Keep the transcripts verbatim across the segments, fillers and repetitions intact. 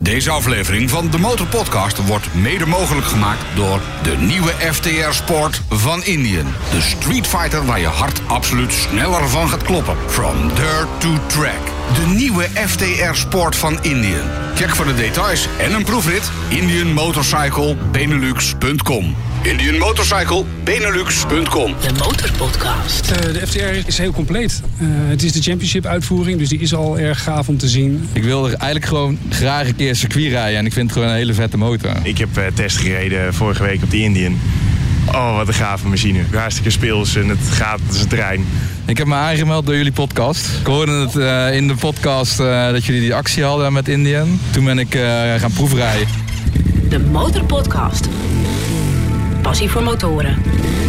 Deze aflevering van de Motor Podcast wordt mede mogelijk gemaakt door de nieuwe F T R Sport van Indian. De Street Fighter waar je hart absoluut sneller van gaat kloppen. From dirt to track. De nieuwe F T R Sport van Indian. Check voor de details en een proefrit indian motorcycle benelux punt com. indian motorcycle benelux punt com. De Motorpodcast. Uh, de F T R is heel compleet. Uh, het is de championship uitvoering, dus die is al erg gaaf om te zien. Ik wil er eigenlijk gewoon graag een keer circuit rijden en ik vind het gewoon een hele vette motor. Ik heb uh, test gereden vorige week op de Indian. Oh, wat een gave machine. Hartstikke speels en het gaat als een trein. Ik heb me aangemeld door jullie podcast. Ik hoorde het uh, in de podcast uh, dat jullie die actie hadden met Indian. Toen ben ik uh, gaan proefrijden. De Motorpodcast. Passie voor motoren.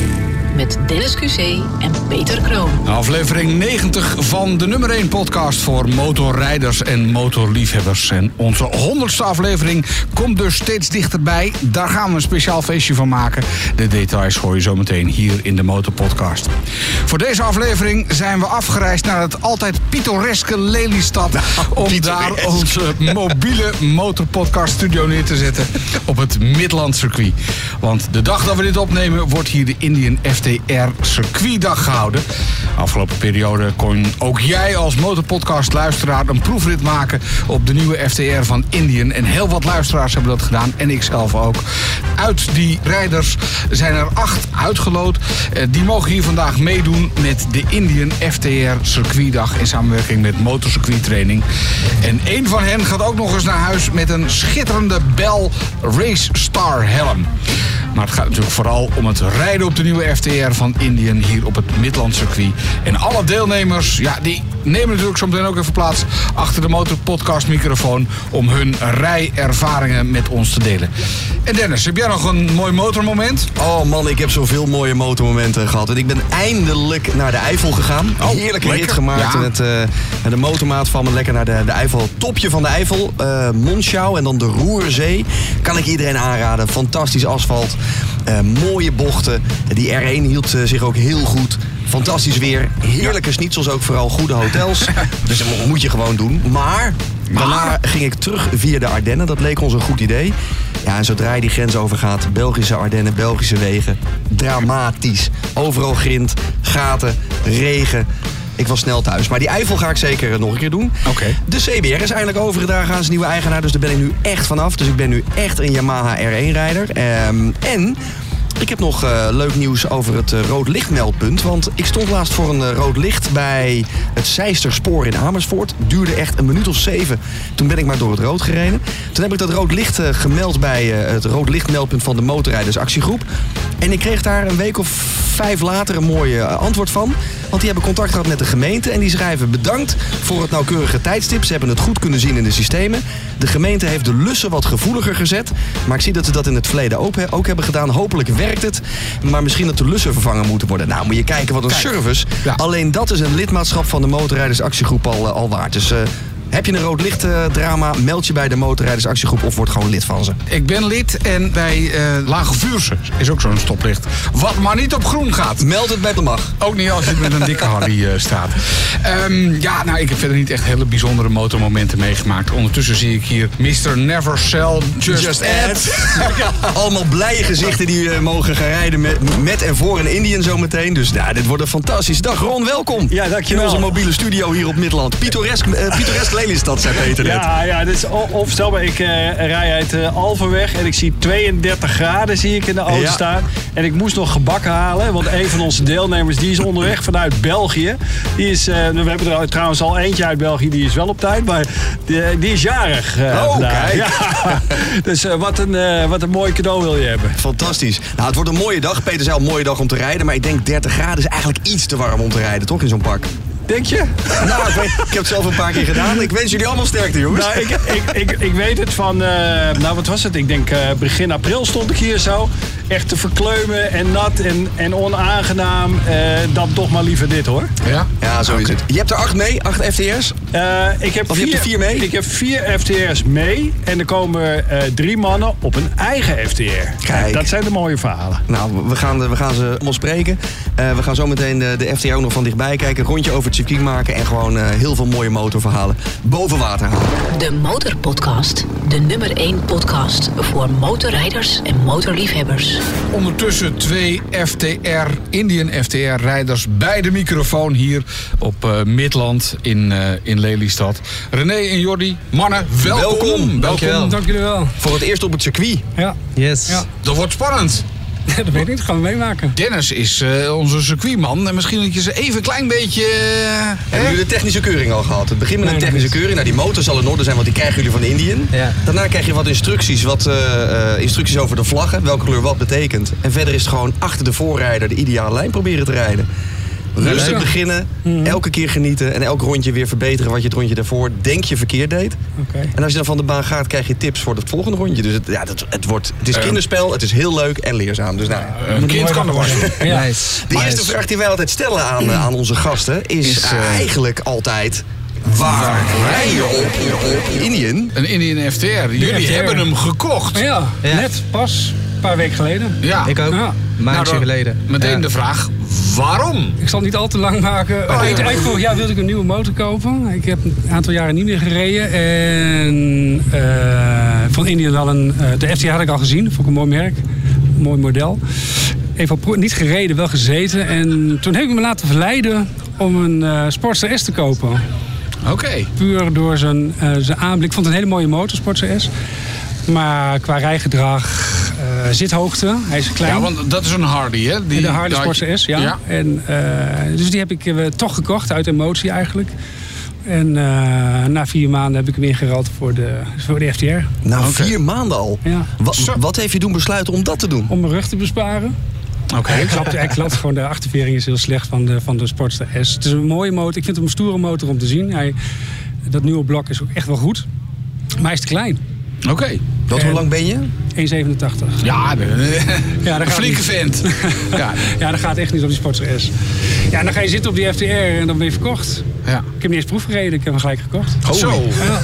Met Dennis Q C en Peter Kroon. Aflevering negentig van de nummer één podcast voor motorrijders en motorliefhebbers. En onze honderdste aflevering komt dus steeds dichterbij. Daar gaan we een speciaal feestje van maken. De details hoor je zometeen hier in de Motorpodcast. Voor deze aflevering zijn we afgereisd naar het altijd pittoreske Lelystad. Nou, om pittoresk. Daar onze mobiele Motorpodcast studio neer te zetten op het Midland circuit. Want de dag dat we dit opnemen wordt hier de Indian F T R circuitdag gehouden. Afgelopen periode kon ook jij als Motorpodcast luisteraar een proefrit maken op de nieuwe F T R van Indian. En heel wat luisteraars hebben dat gedaan en ik zelf ook. Uit die rijders zijn er acht uitgeloot. Die mogen hier vandaag meedoen met de Indian F T R circuitdag in samenwerking met Motorcircuit Training. En één van hen gaat ook nog eens naar huis met een schitterende Bell Race Star helm. Maar het gaat natuurlijk vooral om het rijden op de nieuwe F T R van Indian hier op het Midland circuit. En alle deelnemers, ja, die nemen natuurlijk zo meteen ook even plaats achter de Motorpodcast microfoon om hun rijervaringen met ons te delen. En Dennis, heb jij nog een mooi motormoment? Oh man, ik heb zoveel mooie motormomenten gehad. En ik ben eindelijk naar de Eifel gegaan. Oh, Heerlijke lekker. rit gemaakt ja. met uh, de motormaat van me lekker naar de, de Eifel. Topje van de Eifel, uh, Monschau en dan de Roerzee. Kan ik iedereen aanraden. Fantastisch asfalt, uh, mooie bochten. Die R één hield uh, zich ook heel goed. Fantastisch weer, heerlijke schnitzels ook, vooral goede hotels. Dus dat moet je gewoon doen. Maar daarna ging ik terug via de Ardennen. Dat leek ons een goed idee. Ja, en zodra je die grens overgaat, Belgische Ardennen, Belgische wegen. Dramatisch. Overal grind, gaten, regen. Ik was snel thuis. Maar die Eifel ga ik zeker nog een keer doen. Okay. De C B R is eindelijk overgedragen aan zijn nieuwe eigenaar. Dus daar ben ik nu echt vanaf. Dus ik ben nu echt een Yamaha R één-rijder. Um, en... Ik heb nog uh, leuk nieuws over het uh, rood lichtmeldpunt. Want ik stond laatst voor een uh, rood licht bij het Zeisterspoor in Amersfoort. Duurde echt een minuut of zeven. Toen ben ik maar door het rood gereden. Toen heb ik dat rood licht uh, gemeld bij uh, het rood lichtmeldpunt van de Motorrijdersactiegroep. En ik kreeg daar een week of vijf later een mooi uh, antwoord van. Want die hebben contact gehad met de gemeente. En die schrijven bedankt voor het nauwkeurige tijdstip. Ze hebben het goed kunnen zien in de systemen. De gemeente heeft de lussen wat gevoeliger gezet. Maar ik zie dat ze dat in het verleden ook, ook hebben gedaan. Hopelijk werkt het. Maar misschien dat de lussen vervangen moeten worden. Nou, moet je kijken wat een Kijk. service. Ja. Alleen dat is een lidmaatschap van de Motorrijdersactiegroep al, al waard. Dus... Uh, Heb je een rood licht uh, drama, meld je bij de Motorrijdersactiegroep of word gewoon lid van ze. Ik ben lid en bij uh, Lage Vuurse is ook zo'n stoplicht. Wat maar niet op groen gaat. Meld het bij de mag. Ook niet als je met een dikke Harley uh, staat. Um, ja, nou, ik heb verder niet echt hele bijzondere motormomenten meegemaakt. Ondertussen zie ik hier mister Never Sell, Just, Just Add. Allemaal blije gezichten die uh, mogen gaan rijden met, met en voor een Indian zometeen. Dus nou, dit wordt een fantastische dag. Ron, welkom. Ja, dankjewel. In onze mobiele studio hier op Midland. Pittoresk, uh, pittoresk Lelystad, zei Peter net. Ja, ja, dit is onvoorstelbaar. Ik uh, rij uit uh, Alphenweg en ik zie tweeëndertig graden zie ik in de auto ja. staan. En ik moest nog gebak halen, want een van onze deelnemers die is onderweg vanuit België. Die is, uh, we hebben er trouwens al eentje uit België, die is wel op tijd, maar die, die is jarig. Uh, oh, vandaag. kijk. Ja. Dus uh, wat, een, uh, wat een mooi cadeau wil je hebben. Fantastisch. Nou, het wordt een mooie dag. Peter zei al, een mooie dag om te rijden. Maar ik denk dertig graden is eigenlijk iets te warm om te rijden, toch, in zo'n pak? Denk je? Nou, ik, weet, ik heb het zelf een paar keer gedaan. Ik wens jullie allemaal sterkte, jongens. Nou, ik, ik, ik, ik weet het van... Uh, nou, wat was het? Ik denk uh, begin april stond ik hier zo. Echt te verkleumen en nat en, en onaangenaam. Uh, dan toch maar liever dit, hoor. Ja? Ja, zo is het. Je hebt er acht mee? Acht F T R's? Uh, ik heb of vier, je hebt er vier mee? Ik heb vier F T R's mee. En er komen uh, drie mannen op een eigen F T R. Kijk. Dat zijn de mooie verhalen. Nou, we gaan, we gaan ze allemaal spreken. Uh, we gaan zo meteen de, de F T R ook nog van dichtbij kijken. Rondje over het circuit maken en gewoon uh, heel veel mooie motorverhalen boven water halen. De Motorpodcast. De nummer één podcast voor motorrijders en motorliefhebbers. Ondertussen twee F T R, Indian F T R-rijders bij de microfoon hier op uh, Midland in, uh, in Lelystad. René en Jordi, mannen, welkom. Welkom. Welkom, dank jullie wel. Voor het eerst op het circuit. Ja. Yes. Ja. Dat wordt spannend. Dat weet ik niet, dat gaan we meemaken. Dennis is uh, onze circuitman. En misschien dat je ze even een klein beetje... Uh, Hebben jullie de technische keuring al gehad? Het begint met een Nee, technische niet. keuring. Nou, die motor zal in orde zijn, want die krijgen jullie van de Indian. Ja. Daarna krijg je wat instructies, wat uh, uh, instructies over de vlaggen. Welke kleur wat betekent. En verder is het gewoon achter de voorrijder de ideale lijn proberen te rijden. Rustig leuk. beginnen, Mhm. elke keer genieten en elk rondje weer verbeteren wat je het rondje daarvoor denk je verkeerd deed. Oké. En als je dan van de baan gaat, krijg je tips voor het volgende rondje. Dus het, ja, het, het, wordt, het is kinderspel, het is heel leuk en leerzaam. Dus nou, ja. een kind kan er worden. Ja. Nice. De eerste vraag die wij altijd stellen aan, uh, aan onze gasten is, Is, uh, uh, eigenlijk altijd... Waar rij je op, op Indian? Een Indian F T R. Jullie F T R. hebben hem gekocht. Ja, Ja. net pas, een paar weken geleden. Ja. Ik ook. Ja. Een maandje Nou, dan geleden. Meteen Ja. de vraag, waarom? Ik zal het niet al te lang maken. ja. Eind vorig jaar wilde ik een nieuwe motor kopen. Ik heb een aantal jaren niet meer gereden. En uh, van Indian wel een... Uh, de F T R had ik al gezien. Vond ik een mooi merk. Een mooi model. Even op, pro- niet gereden, wel gezeten. En toen heb ik me laten verleiden om een uh, Sportster S te kopen. Oké. Okay. Puur door zijn, uh, zijn aanblik. Ik vond het een hele mooie motor, Sportster S. Maar qua rijgedrag, uh, zithoogte, hij is klein. Ja, want dat is een Harley, hè? Die, de Harley dat- Sportster S, ja. ja. En, uh, dus die heb ik uh, toch gekocht, uit emotie eigenlijk. En uh, na vier maanden heb ik hem ingeruild voor de, voor de F T R. Nou, Oké. vier maanden al. Ja. Wat, Zo. wat heeft je doen besluiten om dat te doen? Om mijn rug te besparen. Oké. Okay. Ik klapte, ik klapte gewoon, de achtervering is heel slecht van de, van de Sportster S. Het is een mooie motor, ik vind hem een stoere motor om te zien. Hij, dat nieuwe blok is ook echt wel goed. Maar hij is te klein. Oké. Okay. Wat, En- hoe lang ben je? één komma zevenentachtig. Ja, de, Ja, dat een gaat flinke niet. vent. Ja. Ja, dat gaat echt niet op die Sportster S. Ja, en dan ga je zitten op die F T R en dan ben je verkocht. Ja. Ik heb niet eens proef gereden, ik heb hem gelijk gekocht. Zo.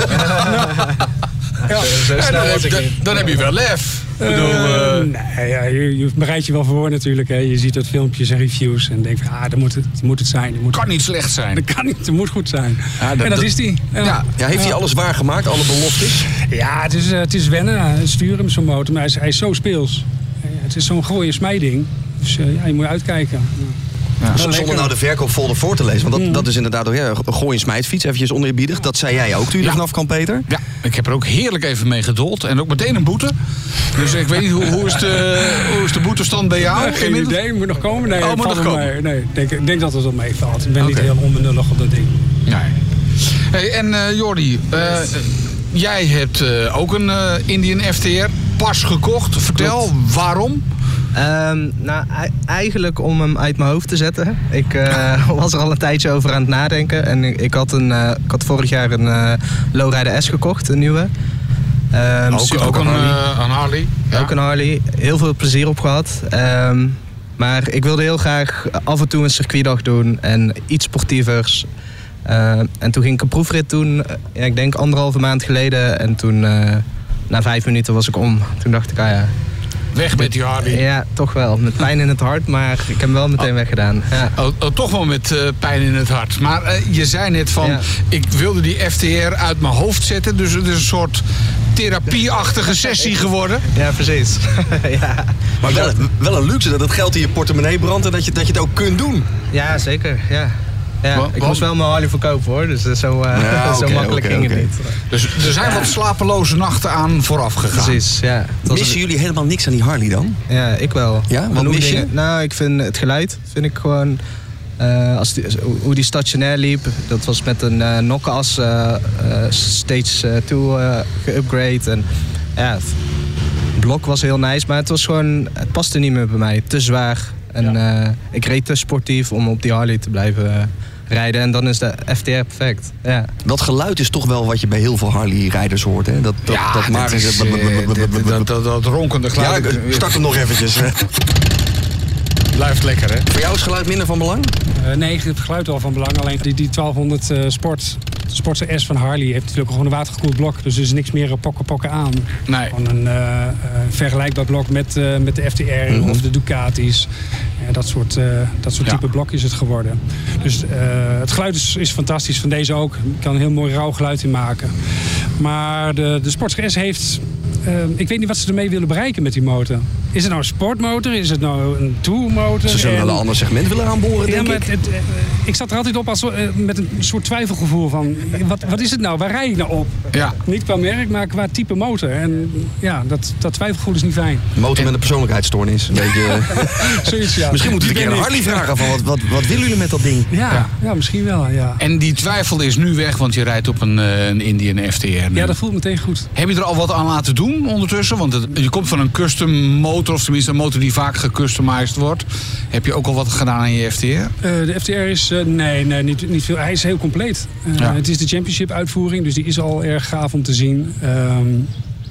Ja. Zo Ja, snel dan, was ik dan, niet. dan heb je wel lef. Ik bedoel, Eh, eh, nee, ja, je, je bereidt je wel voor natuurlijk. Hè. Je ziet dat filmpjes en reviews en denkt van, ah, dat moet het, moet het zijn. Dat moet, kan niet slecht zijn. dat kan niet, het moet goed zijn. Ja, dat- en dat, dat- is die. Ja, Ja. Ja, heeft hij alles waargemaakt, alle beloftes? Ja, het is, eh, het is wennen, eh, sturen met zo'n motor, maar hij is, hij is zo speels. Eh, Het is zo'n gooi- en smijding. Dus eh, ja, je moet uitkijken. Ja. Zonder lekker. nou de verkoopfolder voor te lezen. Want dat, dat is inderdaad ook, ja, een gooi- en smijtfiets, eventjes oneerbiedig. Dat zei jij ook toen je Ja. er vanaf kwam, Peter. Ja, ik heb er ook heerlijk even mee gedold. En ook meteen een boete. Dus ik weet niet, hoe, hoe, is, de, hoe is de boetestand bij jou? Eh, geen inmiddels? idee, moet nog komen. Nee, Oh, het moet valt nog wel komen. mee. Nee, ik denk, ik denk dat het wel meevalt. Ik ben niet Oké. heel onbenullig op dat ding. Nee. Hey, en eh Jordi, eh, jij hebt eh, ook een eh, Indian F T R pas gekocht. Vertel, waarom? Ehm, nou, e- eigenlijk om hem uit mijn hoofd te zetten. Ik eh, was er al een tijdje over aan het nadenken. En ik, ik, had, een, eh, ik had vorig jaar een eh Lowrider S gekocht, een nieuwe. Ehm, Ook, super- ook een, Harley. eh, een Harley. Ja. Ook een Harley. Heel veel plezier op gehad. Ehm, maar ik wilde heel graag af en toe een circuitdag doen. En iets sportievers. Eh, en toen ging ik een proefrit doen. eh, Ja, ik denk anderhalve maand geleden. En toen, eh, na vijf minuten was ik om. Toen dacht ik, ah ja... Weg met die Harley. Ja, toch wel. Met pijn in het hart, maar ik heb hem wel meteen weggedaan. Ja. Oh, oh, toch wel met eh, pijn in het hart. Maar eh, je zei net van, Ja. ik wilde die F T R uit mijn hoofd zetten. Dus het is een soort therapieachtige sessie geworden. Ja, precies. ja. Maar wel, wel een luxe dat het geld in je portemonnee brandt en dat je, dat je het ook kunt doen. ja, zeker. Ja. Ja, Wa- ik wa- moest wel mijn Harley verkopen hoor, dus zo, uh, Ja, zo oké, makkelijk oké, ging oké. het niet. Dus er zijn wat slapeloze nachten aan vooraf gegaan. Precies, ja. Het was Missen een- jullie helemaal niks aan die Harley dan? Ja, ik wel. Ja, wat Genoeg mis je? dingen. Nou, ik vind het geluid, vind ik gewoon... eh, als die, hoe die stationair liep, dat was met een uh, nokkenas uh, uh, stage twee uh, geupgrade. En ja, het blok was heel nice, maar het was gewoon... Het paste niet meer bij mij, te zwaar. En uh, ik reed te sportief om op die Harley te blijven uh, rijden. En dan is de F T R perfect. Ja. Dat geluid is toch wel wat je bij heel veel Harley-rijders hoort, hè? Dat, dat, Ja, dat dat, magische... is, eh, dat, dat, dat, dat ronkende Ja, geluid. start hem nog eventjes. Blijft lekker, hè? Voor jou is geluid minder van belang? Uh, nee, het geluid wel van belang. Alleen die, die twaalfhonderd uh, sport de Sportster S van Harley heeft natuurlijk gewoon een watergekoeld blok. Dus er is niks meer pokken pokken aan. Nee. Gewoon een uh, uh, vergelijkbaar blok met, uh, met de F T R mm-hmm. of de Ducatis. Uh, dat soort, uh, dat soort ja. type blok is het geworden. Dus uh, het geluid is, is fantastisch. Van deze ook. Je kan een heel mooi rauw geluid in maken. Maar de, de Sportster S heeft... Uh, ik weet niet wat ze ermee willen bereiken met die motor. Is het nou een sportmotor? Is het nou een tourmotor? Ze zullen en... wel een ander segment willen aanboren, denk ja, maar ik. Het, het, uh, ik zat er altijd op als, uh, met een soort twijfelgevoel van... Wat, wat is het nou? Waar rijd ik nou op? Ja. Niet qua merk, maar qua type motor. En ja, dat, dat twijfelgevoel is niet fijn. Een motor en... met een persoonlijkheidsstoornis. Een beetje... Zoiets, ja. Misschien moeten we een keer aan Harley vragen van wat, wat, wat willen jullie met dat ding? Ja, ja. ja misschien wel, ja. En die twijfel is nu weg, want je rijdt op een, uh, een Indian F T R. Nu. Ja, dat voelt meteen goed. Heb je er al wat aan laten doen ondertussen? Want het, je komt van een custom motor, of tenminste een motor die vaak gecustomized wordt. Heb je ook al wat gedaan aan je F T R? Uh, de F T R is, uh, nee, nee niet, niet veel. Hij is heel compleet. Uh, ja. Het is de championship uitvoering, dus die is al erg gaaf om te zien. Um,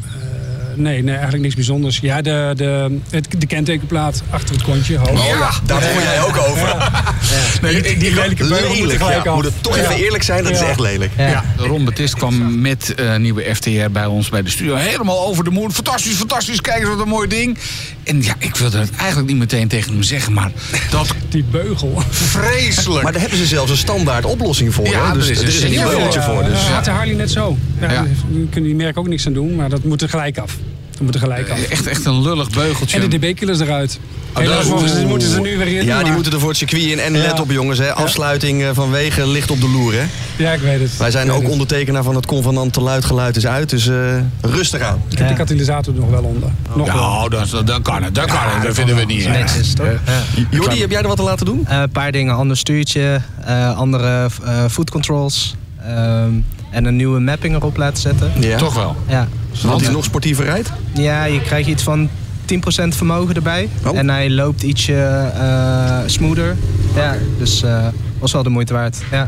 Nee, nee, eigenlijk niks bijzonders. Ja, de, de, het, de kentekenplaat achter het kontje. Hoog. Oh ja, daar hoor jij ook over. Ja. Ja. Nee, die, die lelijke beugel moet gelijk ja. Moet het toch even ja. eerlijk zijn, dat ja. is echt lelijk. Ja. Ja. Ron Batist kwam met uh, nieuwe F T R bij ons bij de studio. Helemaal over de moon. Fantastisch, fantastisch. Kijk eens wat een mooi ding. En ja, ik wilde het eigenlijk niet meteen tegen hem zeggen, maar dat... Die beugel. Vreselijk. Maar daar hebben ze zelfs een standaard oplossing voor. Ja, hè? Dus er is er is een nieuw beugeltje ja, voor. Dus. Ja, had de Harley net zo. Ja, ja. Daar kunnen die merk ook niks aan doen, maar dat moet er gelijk af. Dat moet er gelijk af. Echt, echt een lullig beugeltje. En de D B-killers eruit. Oh, Helaas mogen, moeten ze er nu weer in. Ja, maar... die moeten er voor het circuit in. En ja. let op jongens, hè. Afsluiting vanwege ligt op de loer. Hè. Ja, ik weet het. Wij zijn ook het. ondertekenaar van het convenant te luid geluid is uit. Dus uh, rustig aan. Ik heb ja. de katalysator nog wel onder. Nog nou, dat, dat kan het. Dat kan het. Dat vinden we niet. Netjes, toch? Ja. Jordi, heb jij er wat te laten doen? Een uh, paar dingen. Ander stuurtje. Uh, andere uh, foot controls. Um, en een nieuwe mapping erop laten zetten. Ja. Toch wel? Ja. Zodat hij nog sportiever rijdt? Ja, je krijgt iets van tien procent vermogen erbij. Oh. En hij loopt ietsje uh, smoother. Ja, dus uh, was wel de moeite waard. Ja.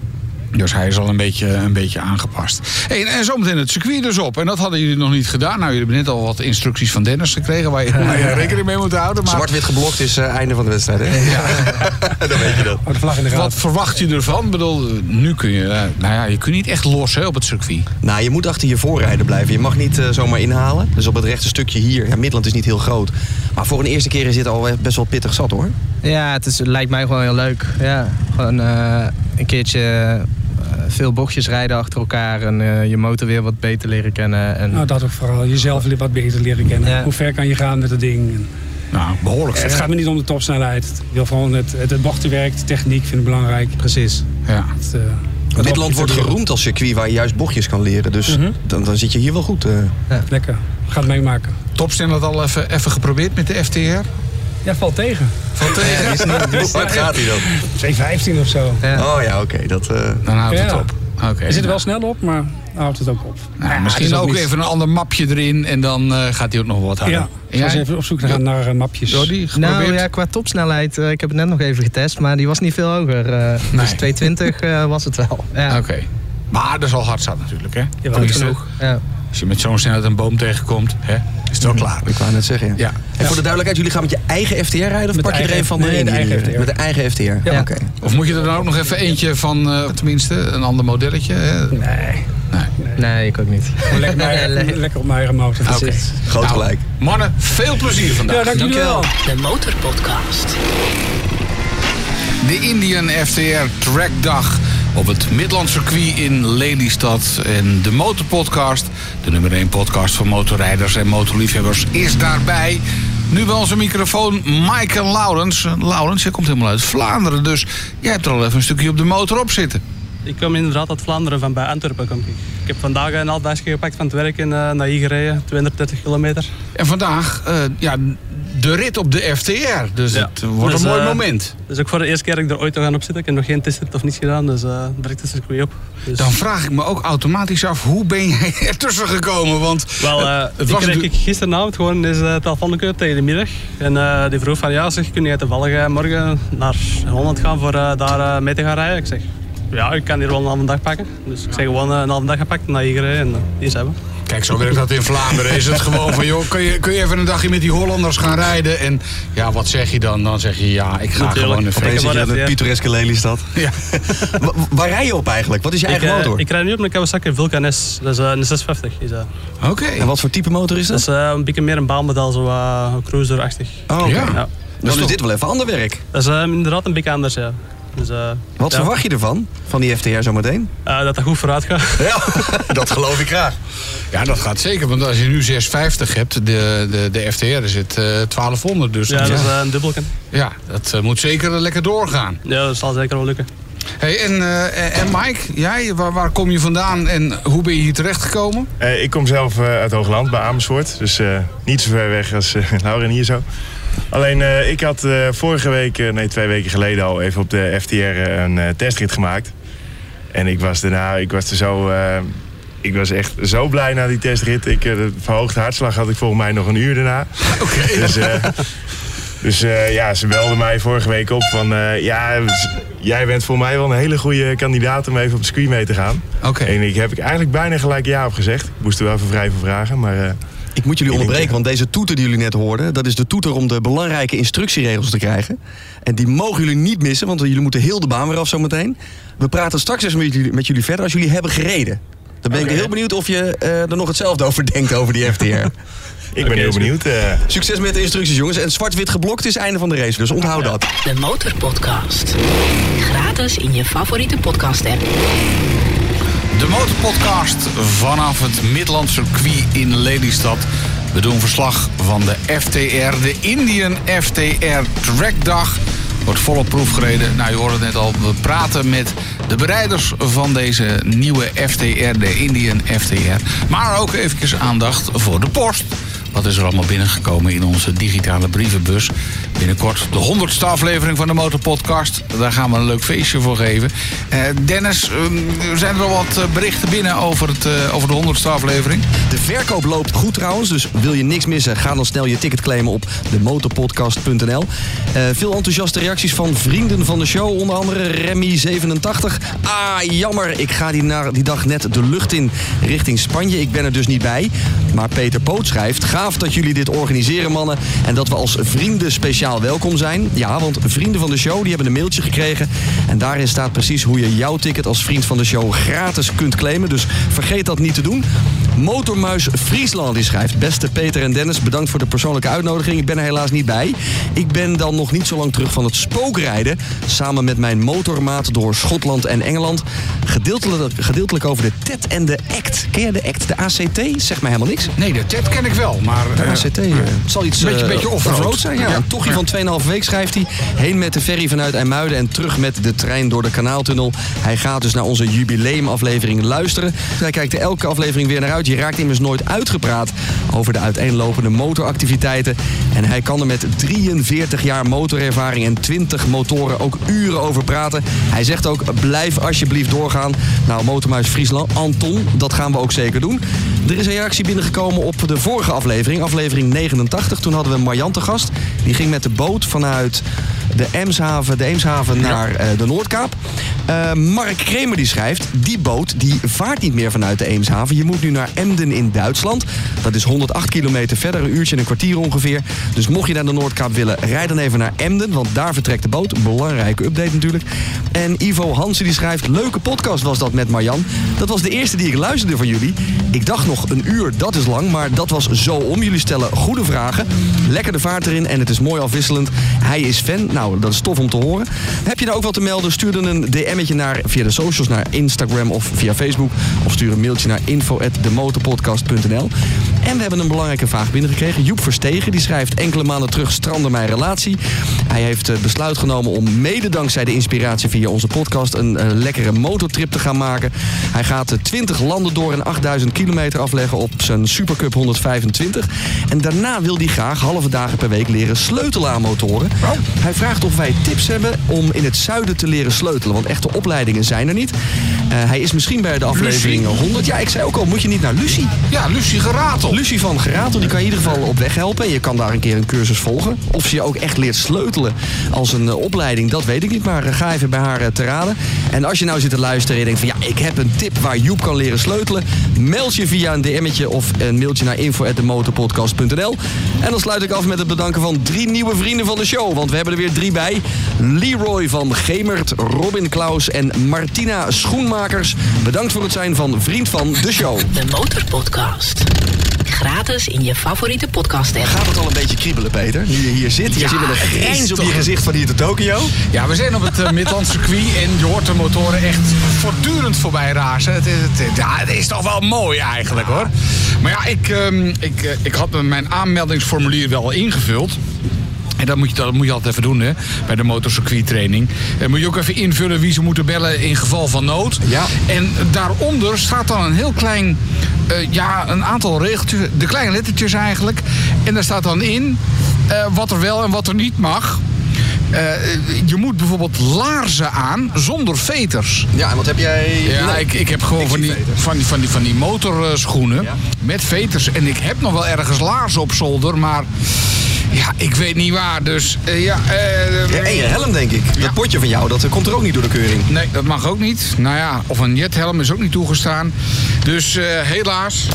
Dus hij is al een beetje, een beetje aangepast. Hey, en zometeen het circuit dus op. En dat hadden jullie nog niet gedaan. Nou, jullie hebben net al wat instructies van Dennis gekregen... waar je, waar je rekening mee moet houden. Maar... Zwart-wit geblokt is uh, einde van de wedstrijd, hè? Ja. Dan weet je dat. Oh, de vlag in de wat verwacht je ervan? Ik bedoel, nu kun je... Uh, nou ja, je kunt niet echt los hè, op het circuit. Nou, je moet achter je voorrijder blijven. Je mag niet uh, zomaar inhalen. Dus op het rechte stukje hier... Ja, Midland is niet heel groot. Maar voor een eerste keer is dit al best wel pittig zat, hoor. Ja, het, is, het lijkt mij gewoon heel leuk. Ja, gewoon uh, een keertje... veel bochtjes rijden achter elkaar en uh, je motor weer wat beter leren kennen. En... Nou, dat ook vooral. Jezelf wat beter leren kennen. Ja. Hoe ver kan je gaan met het ding? Nou, behoorlijk ver. Het gaat me niet om de topsnelheid. Ik wil gewoon het, het, het bochtenwerk, de techniek vind ik belangrijk. Precies. Ja. Het, uh, Dit land wordt geroemd als circuit waar je juist bochtjes kan leren. Dus mm-hmm. dan, dan zit je hier wel goed. Uh. Ja. Lekker. Ga het meemaken. Topsnelheid al even, even geprobeerd met de F T R? Ja, valt tegen. Valt tegen? Ja, is niet, wat gaat hij dan? twee vijftien of zo. Ja. Oh ja, oké. Okay, dat. Uh... Dan houdt het ja. op. Okay, je zit er wel nou. snel op, maar houdt het ook op. Nou, ja, misschien ook, ook even een ander mapje erin en dan uh, gaat hij ook nog wat harder. Ja, ik ga eens even op zoek gaan naar uh, mapjes. Jordi, nou ja, qua topsnelheid, uh, ik heb het net nog even getest, maar die was niet veel hoger. Uh, nee. Dus tweehonderdtwintig uh, was het wel. Ja. Oké. Okay. Maar dat is al hard zat natuurlijk, hè? Ja, goed genoeg. Ja. Als je met zo'n snelheid een boom tegenkomt, hè, is het wel klaar. Ik wou net zeggen, ja. ja. En ja. voor de duidelijkheid, jullie gaan met je eigen F T R rijden of met pak je er een van de nee, de eigen F T R? Met de eigen F T R? Ja, ja. oké. Okay. Of moet je er dan ook nog even eentje van, uh, tenminste, een ander modelletje? Hè? Nee. Nee. Nee, ik ook niet. Lekker, mij, lekker op mijn eigen motor. Oké. Okay. Groot nou, gelijk. Mannen, veel plezier vandaag. Ja, dank jullie wel. De Motorpodcast. De Indian F T R Trackdag op het Midlandcircuit in Lelystad. En de Motorpodcast, de nummer één podcast voor motorrijders en motorliefhebbers, is daarbij. Nu bij onze microfoon Michael Laurens. Laurens, jij komt helemaal uit Vlaanderen, dus jij hebt er al even een stukje op de motor op zitten. Ik kom inderdaad uit Vlaanderen, van bij Antwerpen kom ik. Ik heb vandaag een halfdagje gepakt van het werk en uh, naar hier gereden, tweehonderddertig kilometer. En vandaag, uh, ja, de rit op de F T R, dus ja. het wordt dus, een mooi uh, moment. Dus ook voor de eerste keer dat ik er ooit ga op zitten. Ik heb nog geen testrit of niets gedaan, dus uh, direct is het circuit op. Dus... Dan vraag ik me ook automatisch af, hoe ben jij ertussen gekomen? Want Wel, uh, het was ik kreeg du- gisteravond gewoon eens uh, telefoonnetje tegen de middag. En uh, die vroeg van, ja zeg, kun je toevallig morgen naar Holland gaan voor uh, daar uh, mee te gaan rijden? Ik zeg, ja, ik kan hier wel een halve dag pakken. Dus ik zeg gewoon uh, een halve dag gepakt en naar hier gereden en uh, hier zijn we. Kijk, zo werkt dat in Vlaanderen. Is het gewoon van, joh, kun je, kun je even een dagje met die Hollanders gaan rijden? En ja, wat zeg je dan? Dan zeg je, ja, ik ga Natuurlijk. gewoon even... Opeens zit je in een pittoreske Lelystad. Ja. Wa- Waar rij je op eigenlijk? Wat is je Ik, eigen eh, motor? ik rijd nu op een Kawasaki Vulcan S. Dat is eh, een zeshonderdvijftig. Is dat. Oké. En wat voor type motor is Dat dat? is eh, een beetje meer een baalmodel, zo uh, cruiser-achtig. Oh, oké. Ja. Ja. Dan is dit wel even ander werk. Dat is uh, inderdaad een beetje anders, ja. Dus, uh, Wat ja. verwacht je ervan, van die F T R zometeen? Uh, dat dat goed vooruit gaat. Ja, dat geloof ik graag. Ja, dat gaat zeker. Want als je nu zeshonderdvijftig hebt, de, de, de F T R zit uh, twaalfhonderd. Dus Ja, dat is uh, een dubbelken. ja, dat uh, moet zeker lekker doorgaan. Ja, dat zal zeker wel lukken. Hey, en, uh, en Mike, jij, waar, waar kom je vandaan en hoe ben je hier terechtgekomen? Uh, ik kom zelf uh, uit Hoogland, bij Amersfoort. Dus uh, niet zo ver weg als uh, Laura en hier zo. Alleen, uh, ik had uh, vorige week, uh, nee twee weken geleden al, even op de F T R uh, een uh, testrit gemaakt. En ik was daarna, ik was er zo... Uh, ik was echt zo blij na die testrit. Ik, uh, de verhoogde hartslag had ik volgens mij nog een uur daarna. Oké. Okay. Dus, uh, dus uh, ja, ze belden mij vorige week op van... Uh, ja, jij bent voor mij wel een hele goede kandidaat om even op de circuit mee te gaan. Oké. Okay. En ik heb ik eigenlijk bijna gelijk ja op gezegd. Ik moest er wel even vrij voor vragen, maar... Uh, Ik moet jullie onderbreken, want deze toeter die jullie net hoorden... dat is de toeter om de belangrijke instructieregels te krijgen. En die mogen jullie niet missen, want jullie moeten heel de baan weer af zometeen. We praten straks eens met jullie, met jullie verder als jullie hebben gereden. Dan ben okay. ik heel benieuwd of je uh, er nog hetzelfde over denkt over die F T R. Ik ben okay, heel benieuwd. Uh... Succes met de instructies, jongens. En zwart-wit geblokt is het einde van de race, dus onthoud dat. De Motorpodcast. Gratis in je favoriete podcast-app. De Motorpodcast vanaf het Midland Circuit in Lelystad. We doen verslag van de F T R, de Indian F T R Trackdag. Wordt volop proef gereden. Nou, je hoorde het net al, we praten met de bereiders van deze nieuwe F T R, de Indian F T R. Maar ook even aandacht voor de post. Wat is er allemaal binnengekomen in onze digitale brievenbus? Binnenkort de honderdste aflevering van de Motorpodcast. Daar gaan we een leuk feestje voor geven. Uh, Dennis, uh, zijn er al wat berichten binnen over, het, uh, over de honderdste aflevering? De verkoop loopt goed trouwens, dus wil je niks missen... ga dan snel je ticket claimen op de motorpodcast punt n l. Uh, veel enthousiaste reacties van vrienden van de show. Onder andere Remy zevenentachtig. Ah, jammer, ik ga die, na, die dag net de lucht in richting Spanje. Ik ben er dus niet bij. Maar Peter Poot schrijft... gaaf dat jullie dit organiseren, mannen. En dat we als vrienden speciaal welkom zijn. Ja, want vrienden van de show die hebben een mailtje gekregen. En daarin staat precies hoe je jouw ticket als vriend van de show gratis kunt claimen. Dus vergeet dat niet te doen. Motormuis Friesland die schrijft... Beste Peter en Dennis, bedankt voor de persoonlijke uitnodiging. Ik ben er helaas niet bij. Ik ben dan nog niet zo lang terug van het spookrijden. Samen met mijn motormaat door Schotland en Engeland. Gedeeltelijk, gedeeltelijk over de T E T en de A C T. Ken je de A C T? De A C T? Zeg mij helemaal niks. Nee, de T E T ken ik wel, maar... De A C T uh, uh, zal iets... Een beetje, uh, beetje off-road zijn, ja. ja. Een tochtje ja. van twee komma vijf week schrijft hij. Heen met de ferry vanuit IJmuiden en terug met de trein door de Kanaaltunnel. Hij gaat dus naar onze jubileumaflevering luisteren. Hij kijkt er elke aflevering weer naar uit. Je raakt immers nooit uitgepraat over de uiteenlopende motoractiviteiten. En hij kan er met drieënveertig jaar motorervaring en twintig motoren ook uren over praten. Hij zegt ook, blijf alsjeblieft doorgaan. Nou, Motormuis Friesland, Anton, dat gaan we ook zeker doen. Er is een reactie binnengekomen op de vorige aflevering, aflevering negenentachtig. Toen hadden we Marjan te gast. Die ging met de boot vanuit de Eemshaven, de Eemshaven naar uh, de Noordkaap. Uh, Mark Kremer die schrijft, die boot die vaart niet meer vanuit de Eemshaven. Je moet nu naar Emden in Duitsland. Dat is honderd acht kilometer verder, een uurtje en een kwartier ongeveer. Dus mocht je naar de Noordkaap willen, rijd dan even naar Emden, want daar vertrekt de boot. Belangrijke update natuurlijk. En Ivo Hansen die schrijft, leuke podcast was dat met Marjan. Dat was de eerste die ik luisterde van jullie. Ik dacht nog een uur, dat is lang, maar dat was zo om. Jullie stellen goede vragen. Lekker de vaart erin en het is mooi afwisselend. Hij is fan. Nou, dat is tof om te horen. Heb je nou ook wat te melden? Stuur dan een D M'tje naar via de socials, naar Instagram of via Facebook. Of stuur een mailtje naar info at de motorpodcast punt n l. En we hebben een belangrijke vraag binnengekregen. Joep Verstegen, die schrijft enkele maanden terug strandde mijn relatie. Hij heeft het besluit genomen om mede dankzij de inspiratie via onze podcast een, een lekkere motortrip te gaan maken. Hij gaat twintig landen door en achtduizend kilometer afleggen op zijn Supercup honderdvijfentwintig. En daarna wil hij graag halve dagen per week leren sleutelen aan motoren. Oh. Hij vraagt of wij tips hebben om in het zuiden te leren sleutelen. Want echte opleidingen zijn er niet. Uh, hij is misschien bij de aflevering Lucie. honderd. Ja, ik zei ook al, moet je niet naar Lucie? Ja, Lucie Geratel. Lucie van Geratel, die kan je in ieder geval op weg helpen. En je kan daar een keer een cursus volgen. Of ze je ook echt leert sleutelen als een uh, opleiding, dat weet ik niet. Maar uh, ga even bij haar uh, te raden. En als je nou zit te luisteren en je denkt van ja, ik heb een tip waar Joep kan leren sleutelen. Meld je via een D M'tje of een mailtje naar info at de motorpodcast punt n l. En dan sluit ik af met het bedanken van drie nieuwe vrienden van de show. Want we hebben er weer drie bij. Leroy van Gemert, Robin Klaus en Martina Schoenmakers. Bedankt voor het zijn van vriend van de show. De Motorpodcast. Gratis in je favoriete podcast app. Gaat het al een beetje kriebelen, Peter? Nu je hier zit. Je Ja, zit met een het is grijns op toch- je gezicht van hier te Tokio. Ja, we zijn op het uh, Midland circuit en je hoort de motoren echt voortdurend voorbij razen. Het is, het, ja, het is toch wel mooi eigenlijk hoor. Maar ja, ik, um, ik, uh, ik had mijn aanmeldingsformulier wel ingevuld. En dat moet, je, dat moet je altijd even doen, hè, bij de motorcircuittraining. Dan moet je ook even invullen wie ze moeten bellen in geval van nood. Ja. En daaronder staat dan een heel klein, uh, ja, een aantal regeltjes, de kleine lettertjes eigenlijk. En daar staat dan in uh, wat er wel en wat er niet mag. Uh, je moet bijvoorbeeld laarzen aan zonder veters. Ja, en wat heb jij? Ja, Nee. ik, ik heb gewoon Ik van zie die, veters. van, die, van, die, van die motorschoenen Ja. met veters. En ik heb nog wel ergens laarzen op zolder, maar ja, ik weet niet waar. Dus uh, ja... Uh, Ja, en je helm, denk ik. Ja. Dat potje van jou, dat uh, komt er ook niet door de keuring. Nee, dat mag ook niet. Nou ja, of een jethelm is ook niet toegestaan. Dus uh, helaas,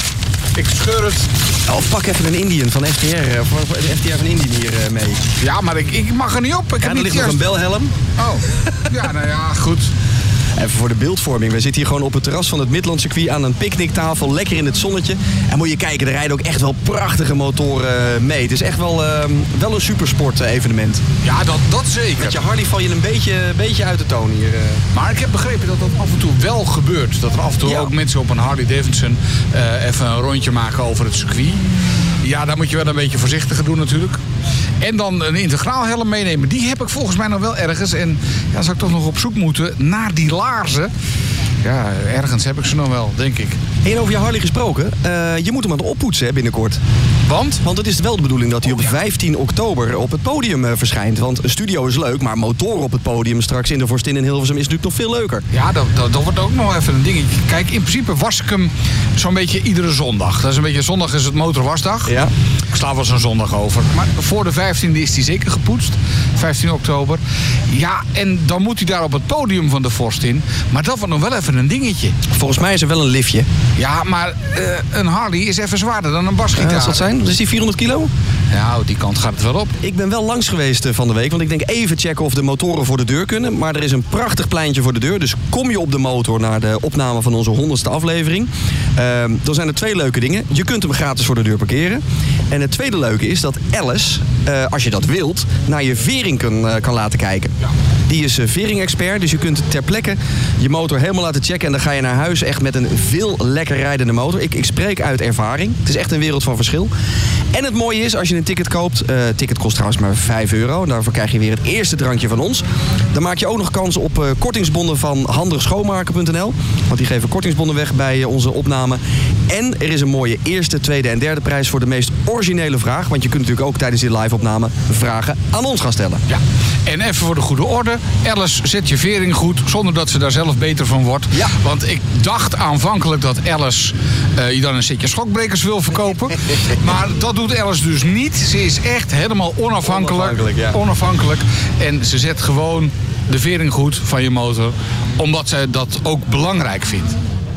ik scheur het. Of pak even een Indian van F T R. uh, Of of de F T R van Indian hier uh, mee. Ja, maar ik, ik mag er niet op. Ik Ja, heb er niet ligt nog juist... een belhelm. Oh, ja, nou ja, goed. Even voor de beeldvorming. We zitten hier gewoon op het terras van het Midland circuit aan een picknicktafel. Lekker in het zonnetje. En moet je kijken, er rijden ook echt wel prachtige motoren mee. Het is echt wel, uh, wel een supersport evenement. Ja, dat, dat zeker. Met je Harley val je een beetje, beetje uit de toon hier. Uh. Maar ik heb begrepen dat dat af en toe wel gebeurt. Dat er af en toe Ja. ook mensen op een Harley Davidson uh, even een rondje maken over het circuit. Ja, daar moet je wel een beetje voorzichtiger doen natuurlijk. En dan een integraal helm meenemen. Die heb ik volgens mij nog wel ergens. En ja, zou ik toch nog op zoek moeten naar die laarzen. Ja, ergens heb ik ze nog wel, denk ik. En over je Harley gesproken, uh, je moet hem aan het oppoetsen hè, binnenkort. Want? Want het is wel de bedoeling dat hij op vijftien oktober op het podium uh, verschijnt. Want een studio is leuk, maar motoren op het podium straks in de Vorstin in Hilversum is natuurlijk nog veel leuker. Ja, dat, dat, dat wordt ook nog even een dingetje. Kijk, in principe was ik hem zo'n beetje iedere zondag. Dat is een beetje, zondag is het motorwasdag. Ja. Ik sla wel zo'n zondag over. Maar voor de vijftiende is hij zeker gepoetst. vijftien oktober. Ja, en dan moet hij daar op het podium van de Vorstin. Maar dat wordt nog wel even een dingetje. Volgens mij is er wel een liftje. Ja, maar uh, een Harley is even zwaarder dan een basgitaar. Uh, wat zal het zijn? Is die vierhonderd kilo? Ja, die kant gaat het wel op. Ik ben wel langs geweest uh, van de week, want ik denk even checken of de motoren voor de deur kunnen. Maar er is een prachtig pleintje voor de deur, dus kom je op de motor naar de opname van onze honderdste aflevering. Uh, dan zijn er twee leuke dingen. Je kunt hem gratis voor de deur parkeren. En het tweede leuke is dat Alice, uh, als je dat wilt, naar je vering kan, uh, kan laten kijken. Ja. Die is uh, vering-expert, dus je kunt ter plekke je motor helemaal laten checken. En dan ga je naar huis echt met een veel lekker rijdende motor. Ik, ik spreek uit ervaring. Het is echt een wereld van verschil. En het mooie is, als je een ticket koopt... Uh, ticket kost trouwens maar vijf euro. En daarvoor krijg je weer het eerste drankje van ons. Dan maak je ook nog kans op uh, kortingsbonnen van handig schoonmaken punt n l. Want die geven kortingsbonnen weg bij uh, onze opname. En er is een mooie eerste, tweede en derde prijs voor de meest originele vraag. Want je kunt natuurlijk ook tijdens die live-opname vragen aan ons gaan stellen. Ja, en even voor de goede orde. Alice, zet je vering goed, zonder dat ze daar zelf beter van wordt. Ja. Want ik dacht aanvankelijk dat Alice uh, je dan een setje schokbrekers wil verkopen. Maar dat doet Alice dus niet. Ze is echt helemaal onafhankelijk. Onafhankelijk, ja. Onafhankelijk. En ze zet gewoon de vering goed van je motor. Omdat zij dat ook belangrijk vindt.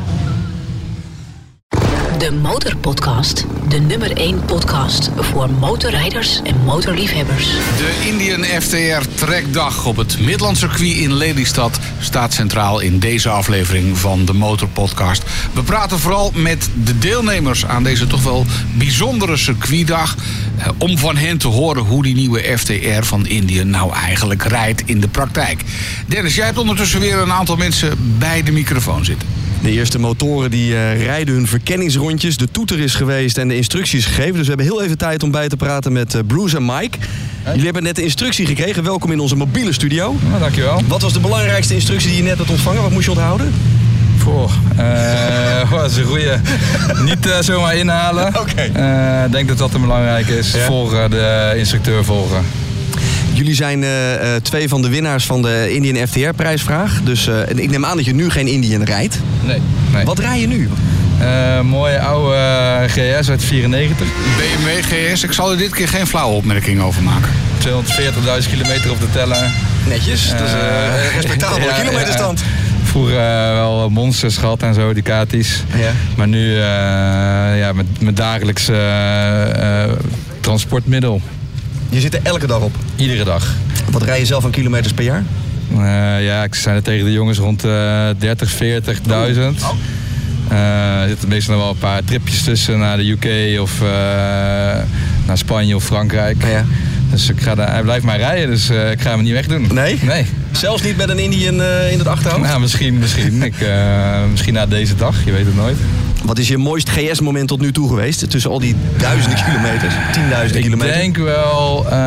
De Motorpodcast. De nummer één podcast voor motorrijders en motorliefhebbers. De Indian F T R trekdag op het Midlandcircuit in Lelystad staat centraal in deze aflevering van de Motorpodcast. We praten vooral met de deelnemers aan deze toch wel bijzondere circuitdag. Eh, om van hen te horen hoe die nieuwe F T R van Indian nou eigenlijk rijdt in de praktijk. Dennis, jij hebt ondertussen weer een aantal mensen bij de microfoon zitten. De eerste motoren die uh, rijden hun verkenningsrondjes. De toeter is geweest en de instructies gegeven. Dus we hebben heel even tijd om bij te praten met uh, Bruce en Mike. Jullie hebben net de instructie gekregen. Welkom in onze mobiele studio. Ja, dankjewel. Wat was de belangrijkste instructie die je net hebt ontvangen? Wat moest je onthouden? Voor. Uh, dat is een goeie. Niet uh, zomaar inhalen. Ik Oké. okay. uh, denk dat dat belangrijk is. Ja. Volgen, de instructeur volgen. Jullie zijn uh, uh, twee van de winnaars van de Indian F T R-prijsvraag. Dus uh, ik neem aan dat je nu geen Indian rijdt. Nee. nee. Wat rij je nu? Uh, mooie oude G S uit vierennegentig. B M W G S, ik zal er dit keer geen flauwe opmerking over maken. tweehonderdveertigduizend kilometer op de teller. Netjes, dat is een uh, respectabele ja, kilometerstand. Ja, ja. Vroeger uh, wel monsters gehad en zo, Ducatis. Ja. Maar nu uh, ja, met, met dagelijks uh, uh, transportmiddel. Je zit er elke dag op? Iedere dag. Wat rij je zelf aan kilometers per jaar? Uh, ja, ik zei het tegen de jongens rond uh, dertig, veertigduizend. Oh. Uh, er zitten meestal nog wel een paar tripjes tussen naar de U K of uh, naar Spanje of Frankrijk. Ja. Dus ik ga daar, hij blijft maar rijden, dus uh, ik ga hem niet wegdoen. Nee? Nee. Zelfs niet met een Indian uh, in het achterhoofd? Nou, misschien, misschien. ik, uh, misschien na deze dag, je weet het nooit. Wat is je mooist G S-moment tot nu toe geweest? Tussen al die duizenden kilometers, tienduizenden kilometers? Ik denk wel uh,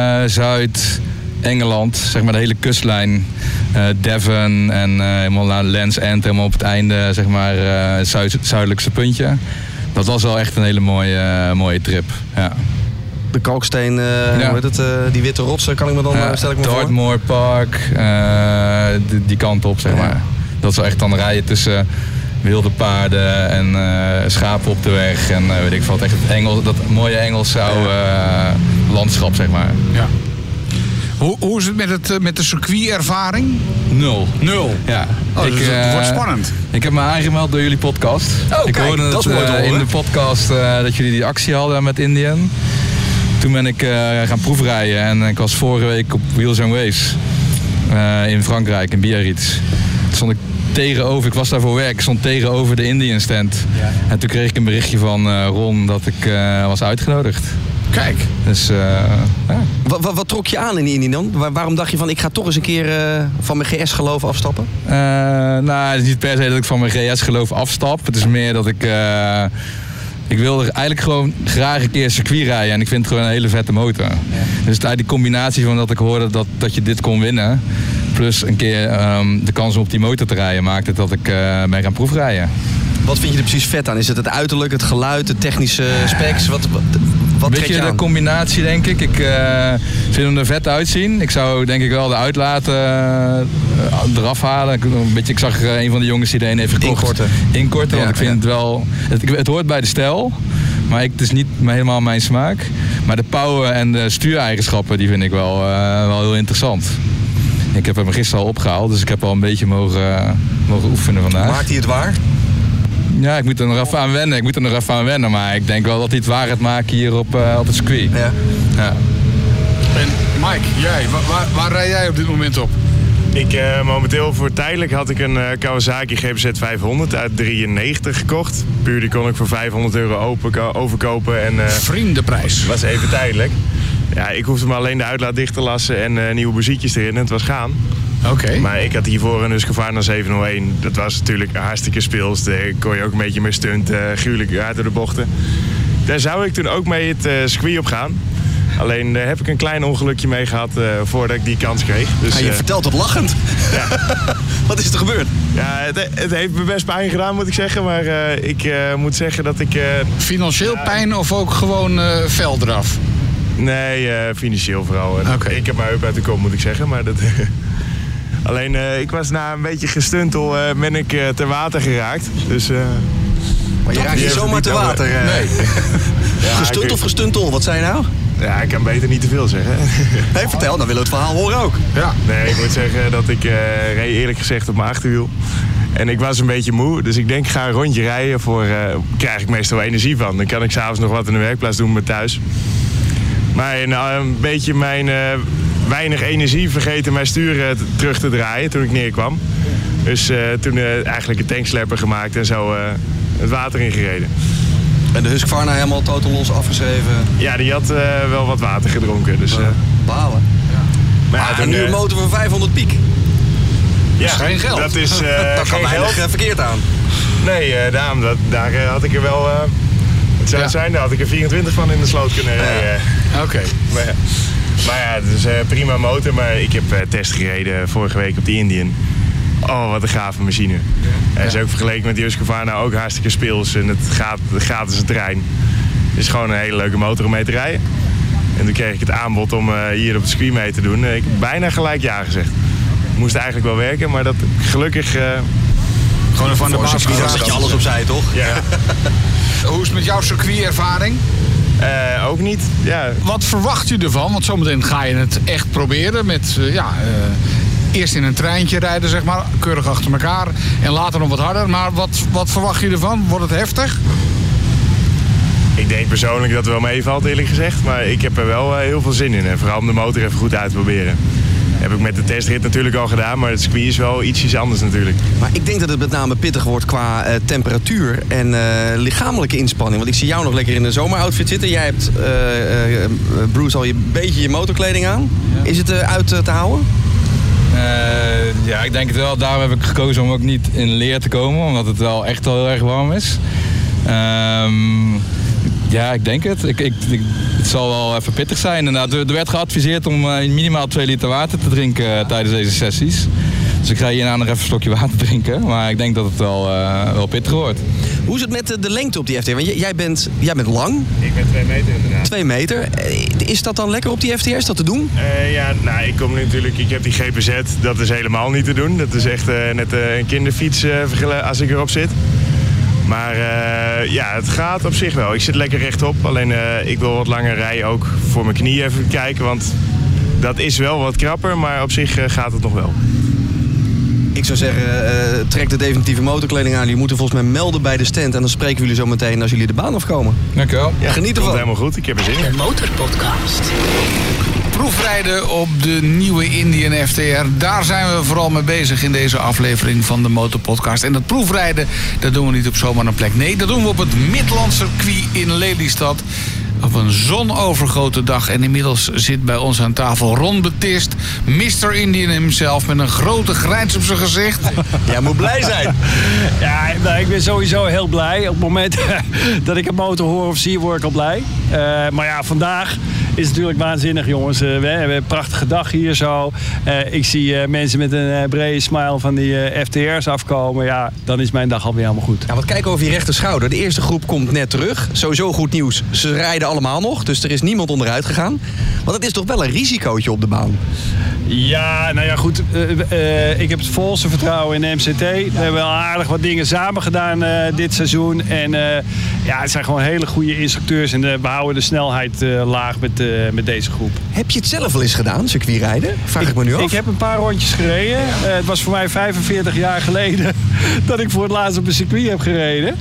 Zuid-Engeland, zeg maar de hele kustlijn. Uh, Devon en uh, helemaal naar Land's End, helemaal op het einde, zeg maar uh, het zuid- zuidelijkste puntje. Dat was wel echt een hele mooie, uh, mooie trip, ja. De kalksteen, uh, ja. hoe heet het, uh, die witte rotsen, kan ik me dan uh, stel ik me Dartmoor voor? Park, uh, die, die kant op, zeg maar. Ja. Dat is wel echt dan rijden tussen wilde paarden en uh, schapen op de weg en uh, weet ik wat, echt het Engels, dat mooie Engelse oude uh, landschap, zeg maar. Ja. Hoe, hoe is het met, het, met de circuitervaring? Nul. Nul? Ja. Oh, ik, dus het uh, wordt spannend. Ik heb me aangemeld door jullie podcast. Oh, ik kijk, hoorde dat het, is mooi uh, in de podcast uh, dat jullie die actie hadden met Indian. Toen ben ik uh, gaan proefrijden en ik was vorige week op Wheels and Waves uh, in Frankrijk, in Biarritz. Toen stond ik tegenover, ik was daar voor werk, ik stond tegenover de Indian stand. Ja. En toen kreeg ik een berichtje van uh, Ron dat ik uh, was uitgenodigd. Kijk. Dus, uh, ja. wat, wat, wat trok je aan in die Indian? Waar, waarom dacht je van, ik ga toch eens een keer uh, van mijn G S-geloof afstappen? Uh, nou, het is niet per se dat ik van mijn G S-geloof afstap. Het is meer dat ik... Uh, ik wilde eigenlijk gewoon graag een keer circuit rijden. En ik vind het gewoon een hele vette motor. Ja. Dus uit die combinatie van dat ik hoorde dat, dat je dit kon winnen... plus een keer um, de kans om op die motor te rijden... maakte het dat ik uh, ben gaan proefrijden. Wat vind je er precies vet aan? Is het het uiterlijk, het geluid, de technische specs? Wat, wat, wat Beetje je de aan? combinatie, denk ik. Ik uh, vind hem er vet uitzien. Ik zou denk ik wel de uitlaten uh, eraf halen. Ik, een beetje, ik zag uh, een van de jongens die er een heeft gekocht. Inkorten. Inkorten, ja, want ik vind ja. het wel... Het, het hoort bij de stijl. Maar ik, het is niet helemaal mijn smaak. Maar de power en de stuureigenschappen, die vind ik wel, uh, wel heel interessant. Ik heb hem gisteren al opgehaald, dus ik heb al een beetje mogen, uh, mogen oefenen vandaag. Maakt hij het waar? Ja, ik moet er nog even aan wennen. Ik moet er nog even aan wennen, maar ik denk wel dat hij het waar gaat maken hier op, uh, op het circuit. Ja. Ja. En Mike, jij, waar, waar, waar rij jij op dit moment op? Ik uh, momenteel voor tijdelijk had ik een uh, Kawasaki G P Z vijfhonderd uit drieënnegentig gekocht. Puur die kon ik voor vijfhonderd euro open, overkopen. En, uh, Vriendenprijs. Was even tijdelijk. Ja, ik hoefde maar alleen de uitlaat dicht te lassen en uh, nieuwe muziekjes erin en het was gaan. Oké. Okay. Maar ik had hiervoor een Husqvarna zevenhonderdéén. Dat was natuurlijk hartstikke speels. Daar kon je ook een beetje mee stunten, uh, gruwelijk uit door de bochten. Daar zou ik toen ook mee het uh, circuit op gaan. Alleen uh, heb ik een klein ongelukje mee gehad uh, voordat ik die kans kreeg. Dus, ja, je uh, vertelt het lachend. Ja. Wat is er gebeurd? Ja, het, het heeft me best pijn gedaan, moet ik zeggen. Maar uh, ik uh, moet zeggen dat ik... Uh, Financieel uh, pijn of ook gewoon uh, vel eraf? Nee, uh, financieel vooral. Okay. Ik heb mijn heup uit de kop, moet ik zeggen. Maar dat... Alleen, uh, ik was na een beetje gestuntel, uh, ben ik uh, ter water geraakt. Dus, uh, maar je raakt niet zomaar te water? Uh. Nee. Ja, Gestunt ik, of gestuntel, wat zei je nou? Ja, ik kan beter niet te veel zeggen. Nee, vertel, dan willen we het verhaal horen ook. Ja. Nee, ik moet zeggen dat ik uh, reed eerlijk gezegd op mijn achterwiel. En ik was een beetje moe, dus ik denk ik ga een rondje rijden. Voor uh, krijg ik meestal energie van. Dan kan ik s'avonds nog wat in de werkplaats doen met thuis. Maar nou, een beetje mijn uh, weinig energie vergeten mijn stuur uh, terug te draaien toen ik neerkwam. Dus uh, toen uh, eigenlijk een tankslepper gemaakt en zo uh, het water ingereden. En de Husqvarna helemaal totaal los afgeschreven? Ja, die had uh, wel wat water gedronken. Dus, uh, balen. Ja. Maar ja, ah, toen, nu een motor voor vijfhonderd piek. Ja, dat is geen geld. Dat is uh, dat geen kan geld. verkeerd aan. Nee, uh, daarom, dat, daar uh, had ik er wel... Uh, het zou ja. zijn, daar had ik er vierentwintig van in de sloot kunnen rijden. Ja. Oké. Okay. Maar, maar ja, het is een uh, prima motor. Maar ik heb uh, test gereden vorige week op de Indian. Oh, wat een gave machine. Hij is ook vergeleken met die Husqvarna ook hartstikke speels. En het gaat, het gaat als een trein. Het is gewoon een hele leuke motor om mee te rijden. En toen kreeg ik het aanbod om uh, hier op het circuit mee te doen. Uh, ik heb bijna gelijk ja gezegd. Moest eigenlijk wel werken, maar dat gelukkig... Uh, Gewoon van de Voor basis. circuit zet je alles opzij, toch? Ja. Hoe is het met jouw circuitervaring? Uh, ook niet, ja. Wat verwacht u ervan? Want zometeen ga je het echt proberen met, uh, ja... Uh, eerst in een treintje rijden, zeg maar, keurig achter elkaar. En later nog wat harder. Maar wat, wat verwacht je ervan? Wordt het heftig? Ik denk persoonlijk dat het wel meevalt, eerlijk gezegd. Maar ik heb er wel uh, heel veel zin in. En vooral om de motor even goed uit te proberen. Heb ik met de testrit natuurlijk al gedaan, maar het circuit is wel ietsjes anders natuurlijk. Maar ik denk dat het met name pittig wordt qua uh, temperatuur en uh, lichamelijke inspanning. Want ik zie jou nog lekker in een zomeroutfit zitten. Jij hebt, uh, uh, Bruce, al je beetje je motorkleding aan. Ja. Is het uh, uit uh, te houden? Uh, ja, ik denk het wel. Daarom heb ik gekozen om ook niet in leer te komen, omdat het wel echt wel heel erg warm is. Um, Ja, ik denk het. Ik, ik, ik, het zal wel even pittig zijn. Inderdaad, er werd geadviseerd om uh, minimaal twee liter water te drinken uh, tijdens deze sessies. Dus ik ga hierna nog even een slokje water drinken. Maar ik denk dat het wel, uh, wel pittig wordt. Hoe is het met de, de lengte op die F T R? Want j- jij, bent, jij bent lang. Ik ben twee meter inderdaad. Twee meter. Is dat dan lekker op die F T R? Is dat te doen? Uh, ja, nou, ik kom nu natuurlijk... Ik heb die G P Z. Dat is helemaal niet te doen. Dat is echt uh, net uh, een kinderfiets uh, als ik erop zit. Maar uh, ja, het gaat op zich wel. Ik zit lekker rechtop. Alleen uh, ik wil wat langer rijden ook voor mijn knie even kijken. Want dat is wel wat krapper, maar op zich uh, gaat het nog wel. Ik zou zeggen, uh, trek de definitieve motorkleding aan. Jullie moeten volgens mij melden bij de stand. En dan spreken we jullie zo meteen als jullie de baan afkomen. Dankjewel. Ja, geniet ervan. Komt helemaal goed. Ik heb er zin in. De Motorpodcast. Proefrijden op de nieuwe Indian F T R. Daar zijn we vooral mee bezig in deze aflevering van de Motorpodcast. En dat proefrijden, dat doen we niet op zomaar een plek. Nee, dat doen we op het Midlandcircuit in Lelystad. Op een zonovergoten dag. En inmiddels zit bij ons aan tafel Ron Betist, mister Indian himself, met een grote grijns op zijn gezicht. Jij moet blij zijn. Ja, nou, ik ben sowieso heel blij. Op het moment dat ik een motor hoor of zie, word ik al blij. Uh, maar ja, vandaag is het natuurlijk waanzinnig, jongens. Uh, we hebben een prachtige dag hier zo. Uh, ik zie uh, mensen met een uh, brede smile van die uh, F T R's afkomen. Ja, dan is mijn dag alweer helemaal goed. Ja, wat kijken over je rechter schouder. De eerste groep komt net terug. Sowieso goed nieuws. Ze rijden allemaal nog, dus er is niemand onderuit gegaan. Want het is toch wel een risicootje op de baan. Ja, nou ja, goed. Uh, uh, ik heb het volste vertrouwen in de M C T. We hebben wel aardig wat dingen samen gedaan uh, dit seizoen. En uh, ja, het zijn gewoon hele goede instructeurs. En uh, we houden de snelheid uh, laag met, uh, met deze groep. Heb je het zelf wel eens gedaan, circuitrijden? Vraag ik, ik me nu af. Ik heb een paar rondjes gereden. Uh, het was voor mij vijfenveertig jaar geleden dat ik voor het laatst op een circuit heb gereden.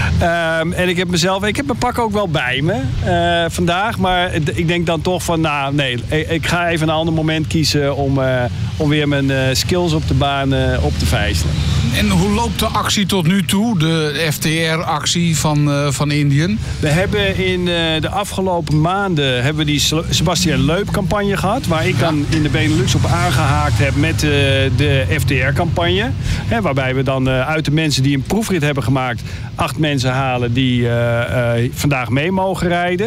Um, en ik heb mezelf, ik heb mijn pak ook wel bij me uh, vandaag. Maar ik denk dan toch van, nou nee, ik ga even een ander moment kiezen om, uh, om weer mijn uh, skills op de baan uh, op te vijzelen. En hoe loopt de actie tot nu toe, de F T R-actie van, uh, van Indian? We hebben in uh, de afgelopen maanden hebben we die Sebastian Loeb-campagne gehad. Waar ik dan in de Benelux op aangehaakt heb met uh, de F T R-campagne. Hè, waarbij we dan uh, uit de mensen die een proefrit hebben gemaakt, acht mensen halen die uh, uh, vandaag mee mogen rijden.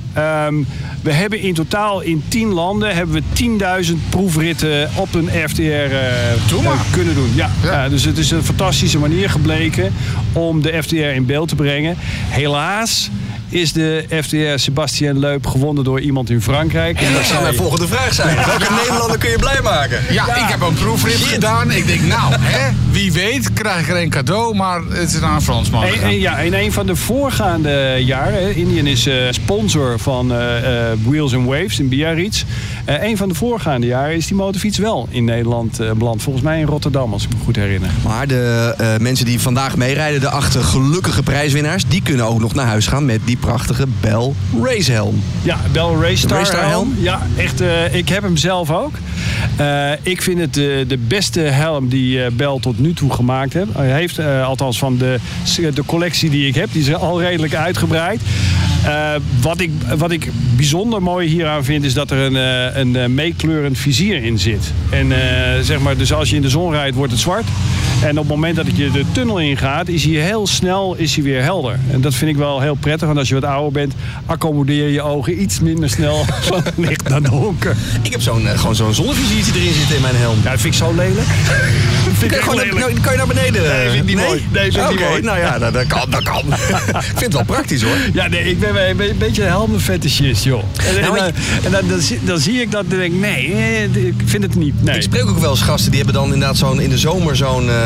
Um, we hebben in totaal in tien landen hebben we tienduizend proefritten op een F T R uh, uh, kunnen doen. Ja, ja. Ja, dus het is een fantastische manier gebleken om de F T R in beeld te brengen. Helaas is de F T R Sebastian Loeb gewonnen door iemand in Frankrijk. En dat zou mijn volgende vraag zijn. Welke Nederlander kun je blij maken? Ja, ja. Ik heb een proefrit gedaan. Ik denk, nou, hè, wie weet krijg ik er een cadeau, maar het is aan een Fransman. En, en, ja, in een van de voorgaande jaren, Indian is uh, sponsor van uh, uh, Wheels and Waves in Biarritz. Uh, een van de voorgaande jaren is die motorfiets wel in Nederland uh, beland. Volgens mij in Rotterdam, als ik me goed herinner. Maar de uh, mensen die vandaag meerijden, de acht gelukkige prijswinnaars, die kunnen ook nog naar huis gaan met die prachtige Bell racehelm. Ja, Bell Racestar Race helm. helm. Ja, echt. Uh, ik heb hem zelf ook. Uh, ik vind het uh, de beste helm die uh, Bell tot nu toe gemaakt heeft. Hij heeft uh, althans van de, de collectie die ik heb, die is al redelijk uitgebreid. Uh, wat, ik, wat ik bijzonder mooi hieraan vind, is dat er een, uh, een uh, meekleurend vizier in zit. En uh, zeg maar, dus als je in de zon rijdt, wordt het zwart. En op het moment dat je de tunnel ingaat, is hij heel snel is hij weer helder. En dat vind ik wel heel prettig, want als je wat ouder bent, accommodeer je ogen iets minder snel van licht naar donker. Ik heb zo'n, uh, gewoon zo'n zonneviziertje erin zitten in mijn helm. Ja, dat vind ik zo lelijk. Vind ik kan, je gewoon, nou, kan je naar beneden? Nee, vind ik niet nee? mooi. Nee, vind ik okay, niet mooi. Nou ja, dat, dat kan, dat kan. Ik vind het wel praktisch, hoor. Ja, nee, ik ben een beetje een helmenfetischist, joh. En, nou, en, ik, en dan, dan, dan zie ik dat en denk ik, nee, ik vind het niet. Nee. Ik spreek ook wel eens gasten, die hebben dan inderdaad zo'n, in de zomer zo'n, uh,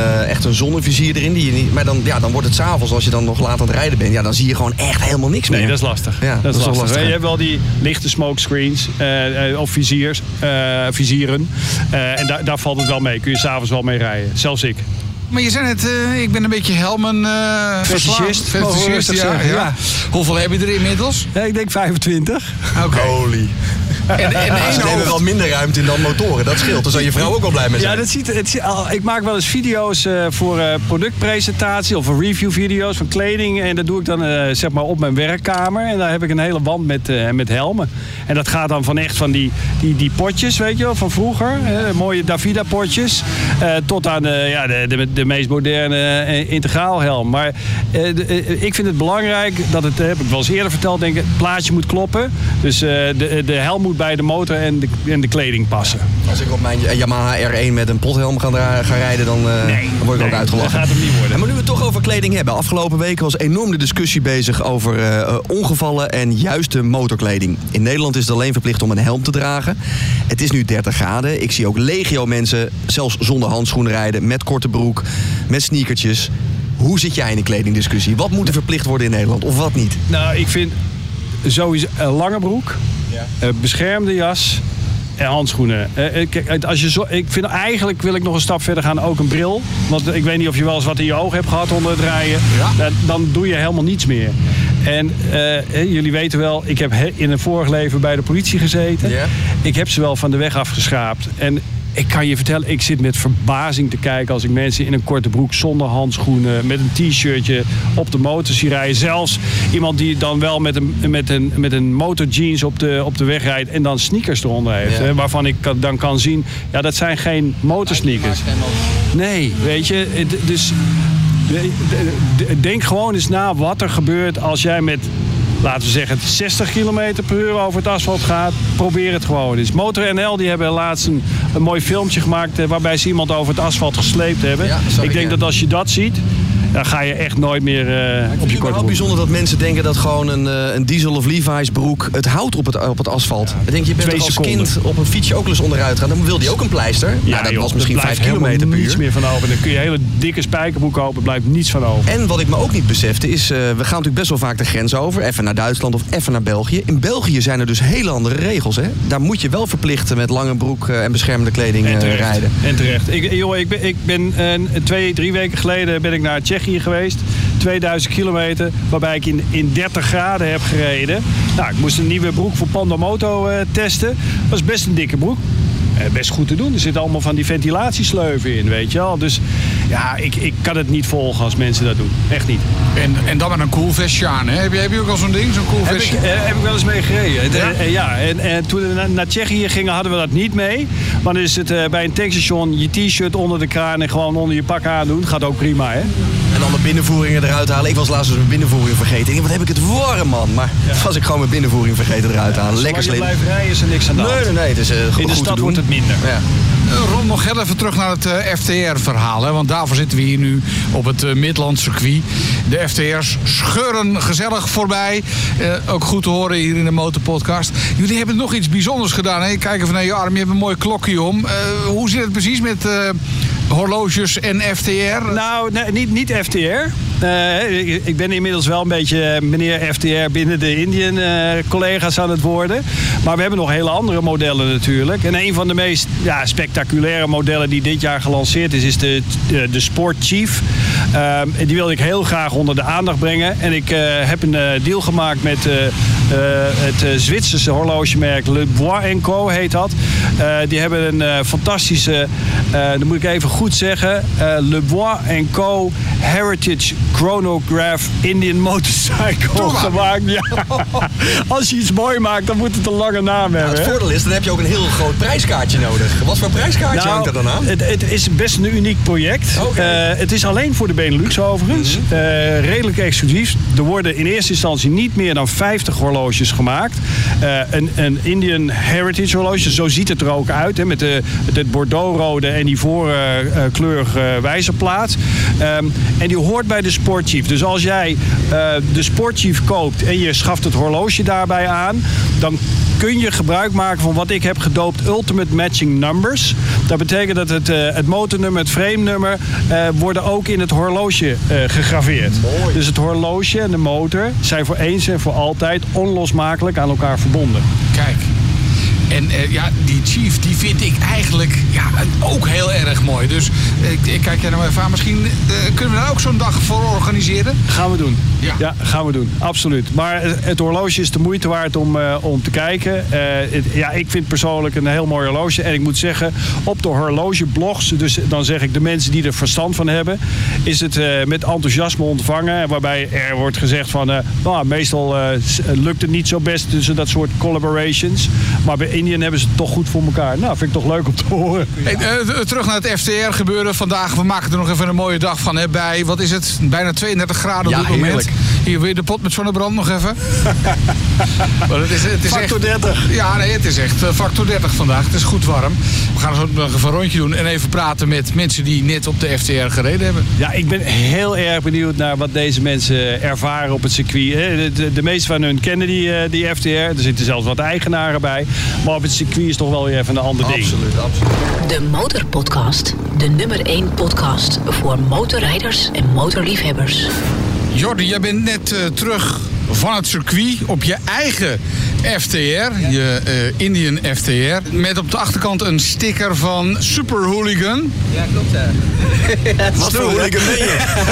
uh, echt een zonnevisier erin. Die je niet, maar dan, ja, dan wordt het 's avonds, als je dan nog laat aan het rijden bent, ja, dan zie je gewoon echt helemaal niks meer. Nee, dat is lastig. Ja, dat, dat is is lastig. lastig. Je hebt wel die lichte smokescreens uh, uh, of viziers, uh, vizieren. Uh, en da- daar valt het wel mee. Kun je 's avonds wel mee rijden. Zelfs ik. Maar je zei net, uh, ik ben een beetje helmen uh, Fetischist. Fetischist, ja, ja. ja. Hoeveel heb je er inmiddels? Ja, ik denk vijfentwintig. Oké. Okay. Holy. En, en, en ze nemen wel minder ruimte in dan motoren. Dat scheelt. Daar zal je vrouw ook wel blij mee zijn. Ja, dat ziet, het, ik maak wel eens video's uh, voor uh, productpresentatie of reviewvideo's van kleding. En dat doe ik dan uh, zeg maar op mijn werkkamer. En daar heb ik een hele wand met, uh, met helmen. En dat gaat dan van echt van die, die, die potjes, weet je wel, van vroeger. Uh, mooie Davida potjes. Uh, tot aan uh, ja, de, de, de meest moderne uh, integraalhelm. Maar uh, de, uh, ik vind het belangrijk dat het, uh, heb ik wel eens eerder verteld, denk ik, het plaatje moet kloppen. Dus uh, de, de helm moet bij de motor en de, en de kleding passen. Als ik op mijn Yamaha R één met een pothelm ga, dra- ga rijden, dan, uh, nee, dan word ik nee, ook uitgelachen. Dat gaat hem niet worden. En maar nu we het toch over kleding hebben. Afgelopen weken was enorm de discussie bezig over uh, ongevallen en juiste motorkleding. In Nederland is het alleen verplicht om een helm te dragen. Het is nu dertig graden. Ik zie ook legio mensen, zelfs zonder handschoenen rijden, met korte broek, met sneakertjes. Hoe zit jij in de kledingdiscussie? Wat moet er verplicht worden in Nederland of wat niet? Nou, ik vind sowieso een lange broek, ja. beschermde jas en handschoenen. Kijk, als je zo, ik vind eigenlijk wil ik nog een stap verder gaan, ook een bril. Want ik weet niet of je wel eens wat in je oog hebt gehad onder het rijden. Ja. Dan doe je helemaal niets meer. En uh, jullie weten wel, ik heb in een vorig leven bij de politie gezeten. Ja. Ik heb ze wel van de weg afgeschraapt. En ik kan je vertellen, ik zit met verbazing te kijken als ik mensen in een korte broek zonder handschoenen, met een t-shirtje op de motor zie rijden. Zelfs iemand die dan wel met een, met een, met een motorjeans op de, op de weg rijdt en dan sneakers eronder heeft. Ja. Hè, waarvan ik dan kan zien, ja, dat zijn geen motorsneakers. Nee, weet je, dus denk gewoon eens na wat er gebeurt als jij met, laten we zeggen, zestig kilometer per uur over het asfalt gaat. Probeer het gewoon eens. Motor N L die hebben laatst een, een mooi filmpje gemaakt waarbij ze iemand over het asfalt gesleept hebben. Ja, ik denk ja. dat als je dat ziet, dan ga je echt nooit meer uh, op je korte broek. Het is wel bijzonder dat mensen denken dat gewoon een, uh, een Diesel of Levi's broek het houdt op het, op het asfalt. Ja. Ik denk, je bent als seconden. kind op een fietsje ook wel eens onderuit gaan. Dan wil die ook een pleister. Ja, nou, dat joh, was misschien vijf kilometer per uur. Niets meer van over. Dan kun je hele dikke spijkerbroek kopen, blijft niets van over. En wat ik me ook niet besefte is, uh, we gaan natuurlijk best wel vaak de grens over. Even naar Duitsland of even naar België. In België zijn er dus hele andere regels. Hè? Daar moet je wel verplichten met lange broek uh, en beschermende kleding uh, en rijden. En terecht. Ik, joh, ik ben, ik ben uh, twee, drie weken geleden ben ik naar Tsjechië geweest. tweeduizend kilometer, waarbij ik in, in dertig graden heb gereden. Nou, ik moest een nieuwe broek voor Pandamoto uh, testen. Dat was best een dikke broek. Uh, best goed te doen. Er zitten allemaal van die ventilatiesleuven in, weet je wel. Dus ja, ik, ik kan het niet volgen als mensen dat doen. Echt niet. En, en dan met een cool vestje aan, hè? Heb je, heb je ook al zo'n ding, zo'n cool vestje? Heb ik, uh, heb ik wel eens mee gereden. Ja? En, ja, en, en toen we naar, naar Tsjechië gingen, hadden we dat niet mee. Maar dan is het uh, bij een tankstation je t-shirt onder de kraan en gewoon onder je pak aandoen. Gaat ook prima, hè? En dan de binnenvoeringen eruit halen. Ik was laatst dus mijn binnenvoering vergeten. Ik denk, wat heb ik het warm, man. Maar ja. was ik gewoon mijn binnenvoering vergeten eruit halen. Ja, lekker slim. Als je blijft rijden is er niks aan de hand. Nee, nee, nee. Het is, uh, in de stad wordt het minder. Ja. Ron, nog heel even terug naar het uh, F T R-verhaal. Hè? Want daarvoor zitten we hier nu op het uh, Midlandcircuit. De F T R's scheuren gezellig voorbij. Uh, ook goed te horen hier in de Motorpodcast. Jullie hebben nog iets bijzonders gedaan. Hè? Kijk even naar je arm, je hebt een mooi klokje om. Uh, hoe zit het precies met uh, horloges en F T R? Nou, nee, niet, niet F T R. Uh, ik, ik ben inmiddels wel een beetje meneer F T R binnen de Indian-collega's uh, aan het worden. Maar we hebben nog hele andere modellen natuurlijk. En een van de meest ja, spectaculaire modellen die dit jaar gelanceerd is, is de, de, de Sport Chief. Uh, die wilde ik heel graag onder de aandacht brengen. En ik uh, heb een uh, deal gemaakt met uh, uh, het uh, Zwitserse horlogemerk Le Bois en Co. heet dat. Uh, die hebben een uh, fantastische, uh, dan moet ik even goed zeggen, uh, Le Bois en Co. Heritage Chronograph Indian Motorcycle gemaakt. Ja. Als je iets mooi maakt, dan moet het een lange naam hebben. Nou, het voordeel is, dan heb je ook een heel groot prijskaartje nodig. Wat voor prijskaartje nou, hangt er dan aan? Het, het is best een uniek project. Okay. Uh, het is alleen voor de Benelux overigens. Mm-hmm. Uh, redelijk exclusief. Er worden in eerste instantie niet meer dan vijftig horloges horloges gemaakt. Uh, een, een Indian Heritage horloge, zo ziet het er ook uit. Hè, met de, het bordeauxrode en ivoren uh, kleurige wijzerplaat. Um, en die hoort bij de Sportchief. Dus als jij uh, de Sportchief koopt en je schaft het horloge daarbij aan, dan kun je gebruik maken van wat ik heb gedoopt Ultimate Matching Numbers. Dat betekent dat het, uh, het motornummer, het frame-nummer uh, worden ook in het horloge uh, gegraveerd. Mooi. Dus het horloge en de motor zijn voor eens en voor altijd onlosmakelijk aan elkaar verbonden. Kijk. En uh, ja, die Chief, die vind ik eigenlijk ja, ook heel erg mooi. Dus uh, ik kijk jij nou even aan. Misschien uh, kunnen we daar ook zo'n dag voor organiseren? Gaan we doen. Ja, ja gaan we doen. Absoluut. Maar het horloge is de moeite waard om, uh, om te kijken. Uh, het, ja, ik vind persoonlijk een heel mooi horloge. En ik moet zeggen, op de horlogeblogs, dus dan zeg ik de mensen die er verstand van hebben, is het uh, met enthousiasme ontvangen. Waarbij er wordt gezegd van, uh, nou, meestal uh, lukt het niet zo best tussen dat soort collaborations. Maar bij Indian hebben ze het toch goed voor elkaar. Nou, vind ik toch leuk om te horen. Hey, uh, terug naar het F T R gebeuren vandaag. We maken er nog even een mooie dag van. Hè, bij, wat is het? Bijna tweeëndertig graden ja, op dit moment. Heerlijk. Hier weer de pot met zonnebrand nog even. Maar het is, het is factor echt, dertig. Ja, nee, het is echt factor dertig vandaag. Het is goed warm. We gaan zo nog even een rondje doen en even praten met mensen die net op de F T R gereden hebben. Ja, ik ben heel erg benieuwd naar wat deze mensen ervaren op het circuit. De, de, de meeste van hun kennen die, die F T R. Er zitten zelfs wat eigenaren bij. Maar op het circuit is toch wel weer even een ander ding. Absoluut, absoluut. De Motorpodcast. De nummer één podcast voor motorrijders en motorliefhebbers. Jordi, jij bent net uh, terug van het circuit op je eigen F T R, ja. je uh, Indian F T R. Met op de achterkant een sticker van Super Hooligan. Ja, klopt ja. Wat voor hooligan ben je?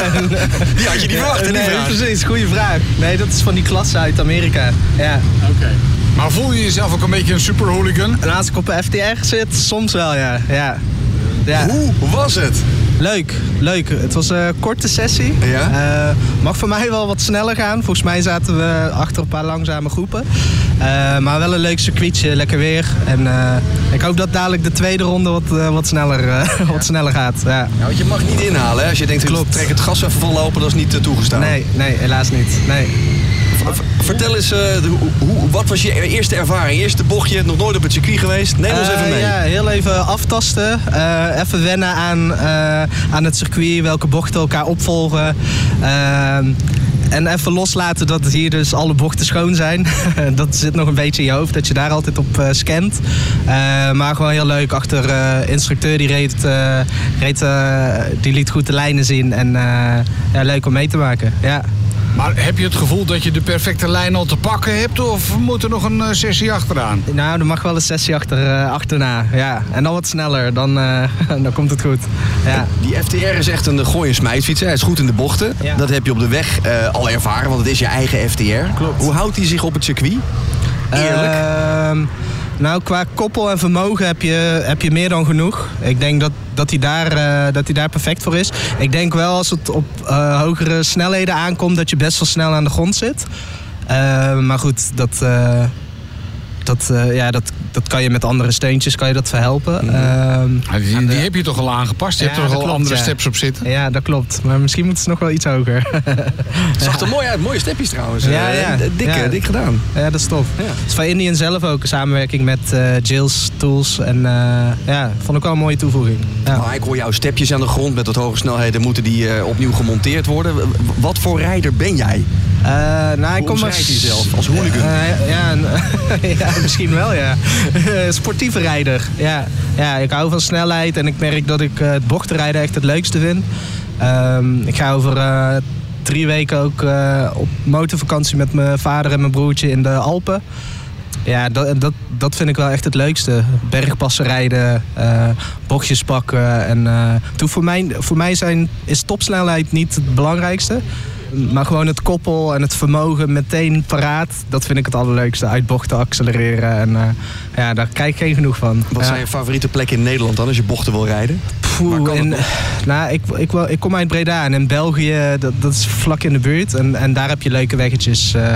Die had je niet verwacht, nee, precies, goede vraag. Nee, dat is van die klasse uit Amerika. Ja. Oké. Okay. Maar voel je jezelf ook een beetje een super hooligan? En als ik op een F T R zit, soms wel ja. ja. ja. Hoe? Hoe was het? Leuk, leuk. Het was een korte sessie. Ja? Uh, mag voor mij wel wat sneller gaan. Volgens mij zaten we achter een paar langzame groepen. Uh, maar wel een leuk circuitje, lekker weer. En uh, ik hoop dat dadelijk de tweede ronde wat, uh, wat, sneller, uh, ja. wat sneller gaat. Ja. Ja, want je mag niet inhalen hè? Als je denkt, klopt, trek het gas even vollopen, dat is niet uh, toegestaan. Nee, nee, helaas niet. Nee. Vertel eens, uh, hoe, wat was je eerste ervaring? Eerste bochtje, nog nooit op het circuit geweest? Neem ons uh, even mee. Ja, heel even aftasten. Uh, even wennen aan, uh, aan het circuit, welke bochten elkaar opvolgen. Uh, en even loslaten dat hier dus alle bochten schoon zijn. Dat zit nog een beetje in je hoofd, dat je daar altijd op uh, scant. Uh, maar gewoon heel leuk. Achter uh, instructeur die reed, uh, reed uh, die liet goed de lijnen zien. En uh, ja, leuk om mee te maken. Ja. Maar heb je het gevoel dat je de perfecte lijn al te pakken hebt? Of moet er nog een uh, sessie achteraan? Nou, er mag wel een sessie achter, uh, achterna. Ja. En dan wat sneller, dan, uh, dan komt het goed. Ja. Die F T R is echt een gooi- en smijtfiets. Hij is goed in de bochten. Ja. Dat heb je op de weg uh, al ervaren, want het is je eigen F T R. Klopt. Hoe houdt hij zich op het circuit? Eerlijk? Uh, nou, qua koppel en vermogen heb je, heb je meer dan genoeg. Ik denk dat, dat, hij daar, uh, dat hij daar perfect voor is. Ik denk wel als het op uh, hogere snelheden aankomt dat je best wel snel aan de grond zit. Uh, maar goed, dat, uh, dat, uh, ja, dat, dat kan je met andere steuntjes kan je dat verhelpen. Mm-hmm. Uh, die, die de... heb je toch al aangepast? Je ja, hebt er al klopt, andere ja. steps op zitten? Ja, dat klopt. Maar misschien moeten ze nog wel iets hoger. Het zag er mooi uit. Mooie stepjes trouwens. Ja, ja. Dik, ja. dik gedaan. Ja, dat is tof. Ja. Het is van Indian zelf ook een samenwerking met uh, Jill's Tools. En uh, ja, vond ik wel een mooie toevoeging. Ja. Maar ik hoor jouw stepjes aan de grond. Met wat hoge snelheden moeten die uh, opnieuw gemonteerd worden. Wat voor rijder ben jij? Uh, nou, ik kom als... jezelf als hooligan? Uh, ja, ja, misschien wel, ja. Sportieve rijder. Ja. ja, ik hou van snelheid en ik merk dat ik uh, het bochtenrijden echt het leukste vind. Um, ik ga over uh, drie weken ook uh, op motorvakantie met mijn vader en mijn broertje in de Alpen. Ja, dat, dat, dat vind ik wel echt het leukste. Bergpassen rijden, uh, bochtjes pakken. En, uh, toen voor mij, voor mij zijn, is topsnelheid niet het belangrijkste. Maar gewoon het koppel en het vermogen meteen paraat, dat vind ik het allerleukste. Uit bochten accelereren en uh, ja, daar krijg ik geen genoeg van. Wat ja. zijn je favoriete plekken in Nederland dan als je bochten wil rijden? Poeh, in, nou, ik, ik, ik kom uit Breda en in België, dat, dat is vlak in de buurt. En, en daar heb je leuke weggetjes. Uh,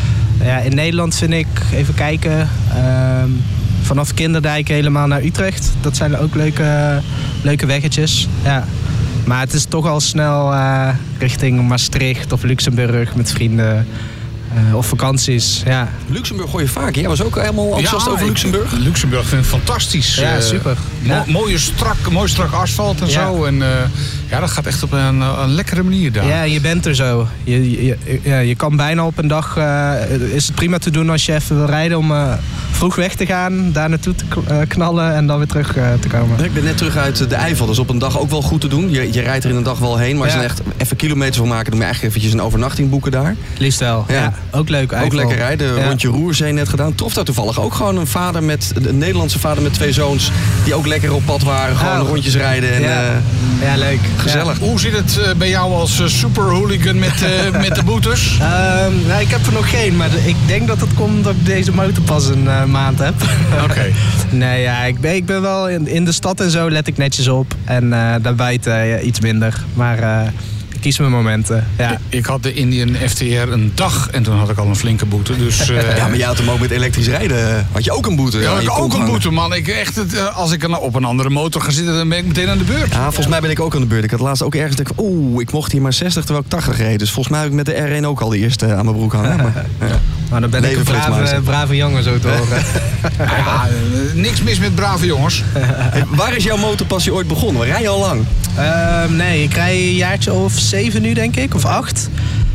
ja, in Nederland vind ik, even kijken, uh, vanaf Kinderdijk helemaal naar Utrecht. Dat zijn ook leuke, leuke weggetjes. Ja. Maar het is toch al snel uh, richting Maastricht of Luxemburg met vrienden. Uh, of vakanties, ja. Luxemburg gooi je vaak. Jij was ook helemaal enthousiast ja, over Luxemburg. Ik, Luxemburg vind ik fantastisch. Ja, super. Mo- Ja. mooie strak, mooi strak asfalt en Ja. zo. En uh, ja, dat gaat echt op een, een lekkere manier daar. Ja, je bent er zo. Je, je, ja, je kan bijna op een dag... Uh, is het prima te doen als je even wil rijden om uh, vroeg weg te gaan, daar naartoe te knallen en dan weer terug uh, te komen. Ik ben net terug uit de Eifel. Dat is op een dag ook wel goed te doen. Je, je rijdt er in een dag wel heen, maar als Ja. je er echt even kilometers van maken, dan moet je eigenlijk eventjes een overnachting boeken daar. Liefst wel. Ja. Ja, ook leuk. Ook Eifel. lekker rijden. Ja. Rondje Roerzee net gedaan. Trof daar toevallig ook gewoon een vader met een Nederlandse vader met twee zoons die ook lekker op pad waren. Gewoon Oh. rondjes rijden. En, Ja. uh, Ja, leuk. gezellig. Hoe zit het uh, bij jou als uh, super hooligan met, uh, met de boetes? Um, nou, ik heb er nog geen, maar de- ik denk dat het komt omdat ik deze motorpas een uh, maand heb. Oké. Okay. Nee, ja, ik ben, ik ben wel in, in de stad en zo let ik netjes op. En uh, daarbuiten uh, iets minder. Maar uh, ik kies mijn momenten. Ja. Ik, ik had de Indian F T R een dag en toen had ik al een flinke boete. Dus, uh, ja, maar jij had hem ook met elektrisch rijden. Had je ook een boete? Ja, aan je ik kont ook een hangen. boete, man. Ik, echt, het, uh, als ik er nou op een andere motor ga zitten, dan ben ik meteen aan de beurt. Ja, volgens mij ben ik ook aan de beurt. Ik had laatst ook ergens denk ik, oeh, ik mocht hier maar zestig terwijl ik tachtig reed. Dus volgens mij heb ik met de R één ook al de eerste aan mijn broek hangen. Maar, ja. Maar dan ben ik een brave, brave jongen zo te horen. Ja, uh, niks mis met brave jongens. Hey, waar is jouw motorpassie ooit begonnen? Rij je al lang? Uh, nee, ik rij een jaartje of zeven nu denk ik, of acht.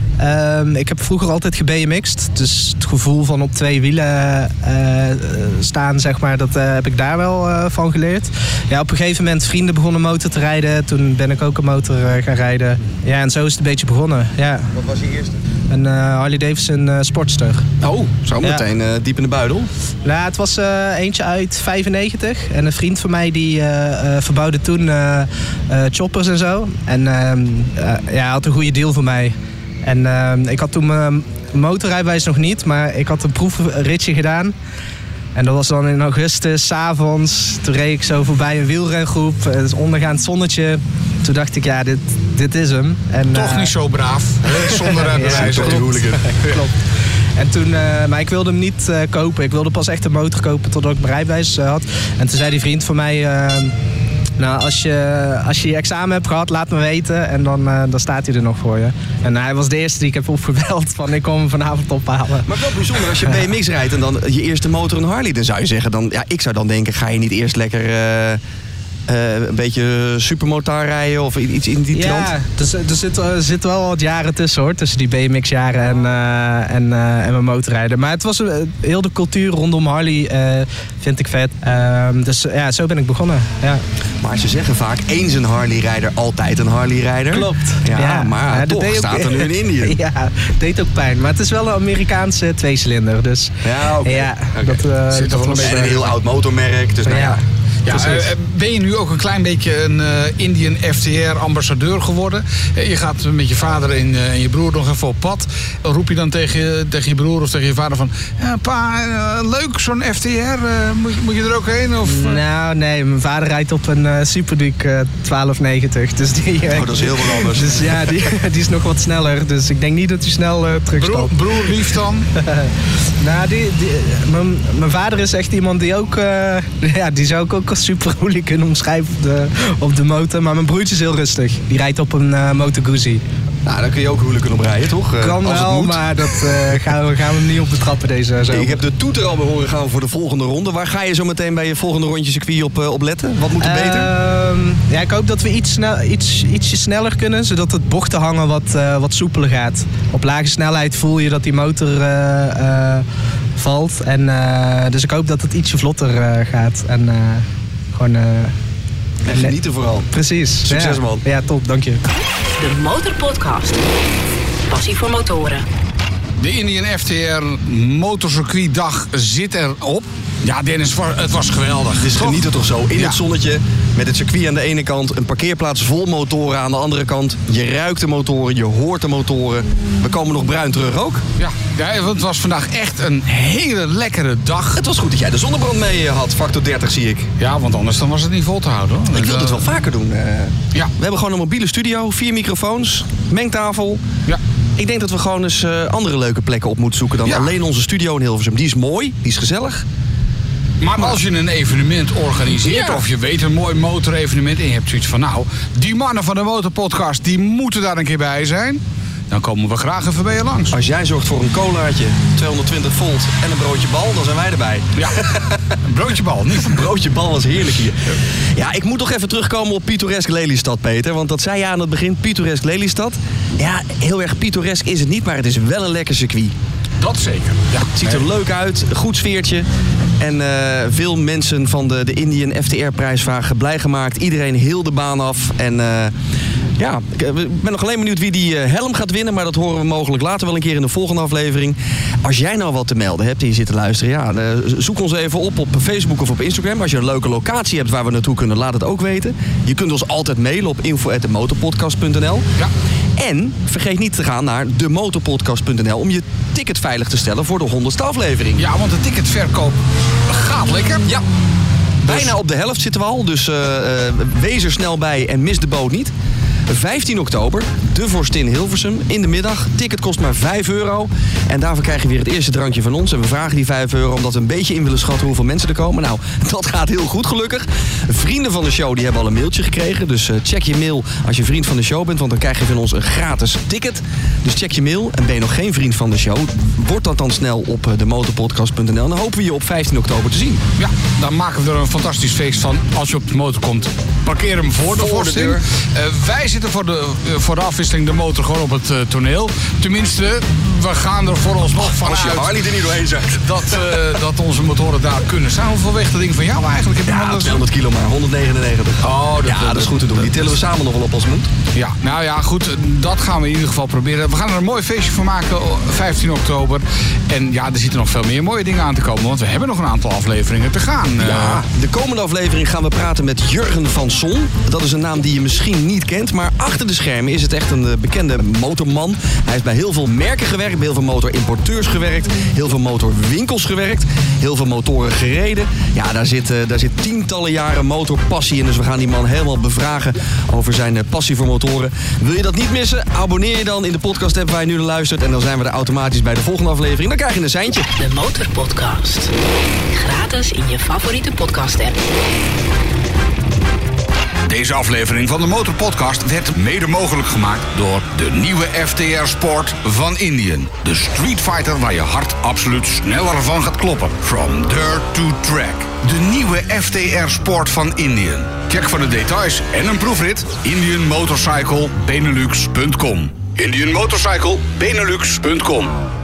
Um, ik heb vroeger altijd ge-B M X'd, dus het gevoel van op twee wielen uh, staan, zeg maar, dat uh, heb ik daar wel uh, van geleerd. Ja, op een gegeven moment vrienden begonnen motor te rijden, toen ben ik ook een motor uh, gaan rijden. Ja, en zo is het een beetje begonnen, ja. Wat was je eerste? Een uh, Harley Davidson uh, Sportster. Oh, zo meteen ja. uh, diep in de buidel? Nou, het was uh, eentje uit vijfennegentig. En een vriend van mij die uh, uh, verbouwde toen uh, uh, choppers en zo. En uh, uh, ja, had een goede deal voor mij. En uh, ik had toen mijn motorrijbewijs nog niet, maar ik had een proefritje gedaan. En dat was dan in augustus, 's avonds. Toen reed ik zo voorbij een wielrengroep, het ondergaand zonnetje. Toen dacht ik, ja, dit, dit is hem. En, Toch uh, niet zo braaf, hè? Zonder rijbewijs. Ja, klopt. klopt. En toen, uh, maar ik wilde hem niet uh, kopen. Ik wilde pas echt een motor kopen totdat ik mijn rijbewijs uh, had. En toen zei die vriend van mij, uh, nou, als je, als je je examen hebt gehad, laat me weten. En dan, uh, dan staat hij er nog voor je. En uh, hij was de eerste die ik heb opgebeld van ik kom hem vanavond ophalen. Maar wel bijzonder, als je B M X rijdt en dan je eerste motor een Harley, dan zou je zeggen, dan, ja, ik zou dan denken, ga je niet eerst lekker uh, uh, een beetje supermotor rijden of iets in die trant? Ja, er, er, zit, er zit wel wat jaren tussen hoor, tussen die B M X-jaren en, uh, en, uh, en mijn motorrijden. Maar het was uh, heel de cultuur rondom Harley uh, vind ik vet. Uh, dus ja, zo ben ik begonnen. Ja. Maar ze zeggen vaak, eens een Harley-rijder, altijd een Harley-rijder. Klopt. Ja, ja maar ja, toch staat ook, er nu een Indian. Ja, het deed ook pijn. Maar het is wel een Amerikaanse tweecilinder. Dus ja, oké. Okay. Ja, okay. dat, uh, Zit dat was een heel oud motormerk. Dus nou ja. Ja, uh, ben je nu ook een klein beetje een uh, Indian F T R-ambassadeur geworden? Uh, je gaat met je vader en uh, je broer nog even op pad. Roep je dan tegen, tegen je broer of tegen je vader van... Ja, pa, uh, leuk zo'n F T R, uh, moet, moet je er ook heen? Of, uh... Nou, nee, mijn vader rijdt op een uh, Super Duke uh, twaalf negentig. Dus die, uh, oh, dat is heel wat anders. Dus ja, die, die is nog wat sneller. Dus ik denk niet dat hij snel uh, terugstapt. Broer, broer lief dan? Nou, die, die, mijn, mijn vader is echt iemand die ook... Uh, ja, die zou ik ook als super hooligan omschrijven op de, op de motor. Maar mijn broertje is heel rustig. Die rijdt op een uh, Moto Guzzi. Nou, dan kun je ook hooligan op rijden, toch? Uh, kan als wel, het moet. maar dat uh, gaan, we, gaan we hem niet op betrappen deze zomer. Ik heb de toeter al horen gaan voor de volgende ronde. Waar ga je zo meteen bij je volgende rondje circuit op, uh, op letten? Wat moet er uh, beter? Ja, ik hoop dat we iets snel, iets, ietsje sneller kunnen, zodat het bochten hangen wat, uh, wat soepeler gaat. Op lage snelheid voel je dat die motor uh, uh, valt. En, uh, dus ik hoop dat het ietsje vlotter uh, gaat. En uh, gewoon... Uh, En genieten vooral. Precies. Succes, ja. man. Ja, top. Dank je. De Motorpodcast. Passie voor motoren. De Indian F T R motorcircuitdag zit erop. Ja, Dennis, het was geweldig. Dus geniet er toch zo. In ja. het zonnetje, met het circuit aan de ene kant, een parkeerplaats vol motoren aan de andere kant. Je ruikt de motoren, je hoort de motoren. We komen nog bruin terug ook. Ja, ja, want het was vandaag echt een hele lekkere dag. Het was goed dat jij de zonnebrand mee had, factor dertig zie ik. Ja, want anders dan was het niet vol te houden, hoor. Ik wil dit wel vaker doen. Uh, ja. We hebben gewoon een mobiele studio, vier microfoons, mengtafel. Ja. Ik denk dat we gewoon eens uh, andere leuke plekken op moeten zoeken dan ja. alleen onze studio in Hilversum. Die is mooi, die is gezellig. Maar, maar als je een evenement organiseert, ja. of je weet een mooi motorevenement en je hebt zoiets van, nou, die mannen van de Motorpodcast, die moeten daar een keer bij zijn. dan komen we graag even bij je langs. Als jij zorgt voor een colaatje, tweehonderdtwintig volt en een broodje bal, dan zijn wij erbij. Ja, een broodje bal, niet een broodje bal was heerlijk hier. Ja, ik moet toch even terugkomen op pittoresk Lelystad, Peter. Want dat zei je aan het begin, pittoresk Lelystad. Ja, heel erg pittoresk is het niet, maar het is wel een lekker circuit. Dat zeker. Ja, het ziet er leuk uit, een goed sfeertje. En uh, veel mensen van de, de Indian F T R-prijsvraag blij gemaakt. Iedereen heel de baan af. En uh, ja, ik ben nog alleen benieuwd wie die uh, helm gaat winnen. Maar dat horen we mogelijk later wel een keer in de volgende aflevering. Als jij nou wat te melden hebt en je zit te luisteren... ja, uh, zoek ons even op op Facebook of op Instagram. Als je een leuke locatie hebt waar we naartoe kunnen, laat het ook weten. Je kunt ons altijd mailen op info at de motorpodcast punt n l. Ja. En vergeet niet te gaan naar de motorpodcast punt n l om je ticket veilig te stellen voor de honderdste aflevering. Ja, want de ticketverkoop gaat lekker. Ja. Bijna op de helft zitten we al, dus uh, uh, wees er snel bij en mis de boot niet. vijftien oktober, de Vorstin Hilversum, in de middag. Ticket kost maar vijf euro. En daarvoor krijg je weer het eerste drankje van ons. En we vragen die vijf euro omdat we een beetje in willen schatten hoeveel mensen er komen. Nou, dat gaat heel goed gelukkig. Vrienden van de show die hebben al een mailtje gekregen. Dus uh, check je mail als je vriend van de show bent. Want dan krijg je van ons een gratis ticket. Dus check je mail. En ben je nog geen vriend van de show, word dat dan snel op uh, de motorpodcast punt n l. En dan hopen we je op vijftien oktober te zien. Ja, dan maken we er een fantastisch feest van. Als je op de motor komt, parkeer hem voor de Vorstin. Uh, wij zitten voor de, uh, voor de afwisseling de motor gewoon op het uh, toneel. Tenminste, we gaan er voor ons nog vanuit. Als je Harley er niet doorheen zet. Dat, uh, dat onze motoren daar kunnen staan. Hoeveel weegt dat ding van jou eigenlijk? Heb je ja, tweehonderd kilo maar, honderdnegenennegentig. Oh, dat, ja, dat, dat is goed te doen. Die tillen we samen nog wel op als het moet. Ja, nou ja, goed. Dat gaan we in ieder geval proberen. We gaan er een mooi feestje van maken, vijftien oktober. En ja, er zitten nog veel meer mooie dingen aan te komen. Want we hebben nog een aantal afleveringen te gaan. Ja, de komende aflevering gaan we praten met Jurgen van Son. Dat is een naam die je misschien niet kent. Maar achter de schermen is het echt een bekende motorman. Hij heeft bij heel veel merken gewerkt. Bij heel veel motorimporteurs gewerkt. Heel veel motorwinkels gewerkt. Heel veel motoren gereden. Ja, daar zit, uh, daar zit tientallen jaren motorpassie in. Dus we gaan die man helemaal bevragen over zijn uh, passie voor motoren. Wil je dat niet missen? Abonneer je dan in de podcast app waar je nu naar luistert. En dan zijn we er automatisch bij de volgende aflevering. Dan krijg je een seintje. De Motorpodcast. Gratis in je favoriete podcast app. Deze aflevering van de Motorpodcast werd mede mogelijk gemaakt door de nieuwe F T R Sport van Indian. De Street Fighter waar je hart absoluut sneller van gaat kloppen. From dirt to track. De nieuwe F T R Sport van Indian. Check voor de details en een proefrit indian motorcycle benelux punt com. indian motorcycle benelux punt com.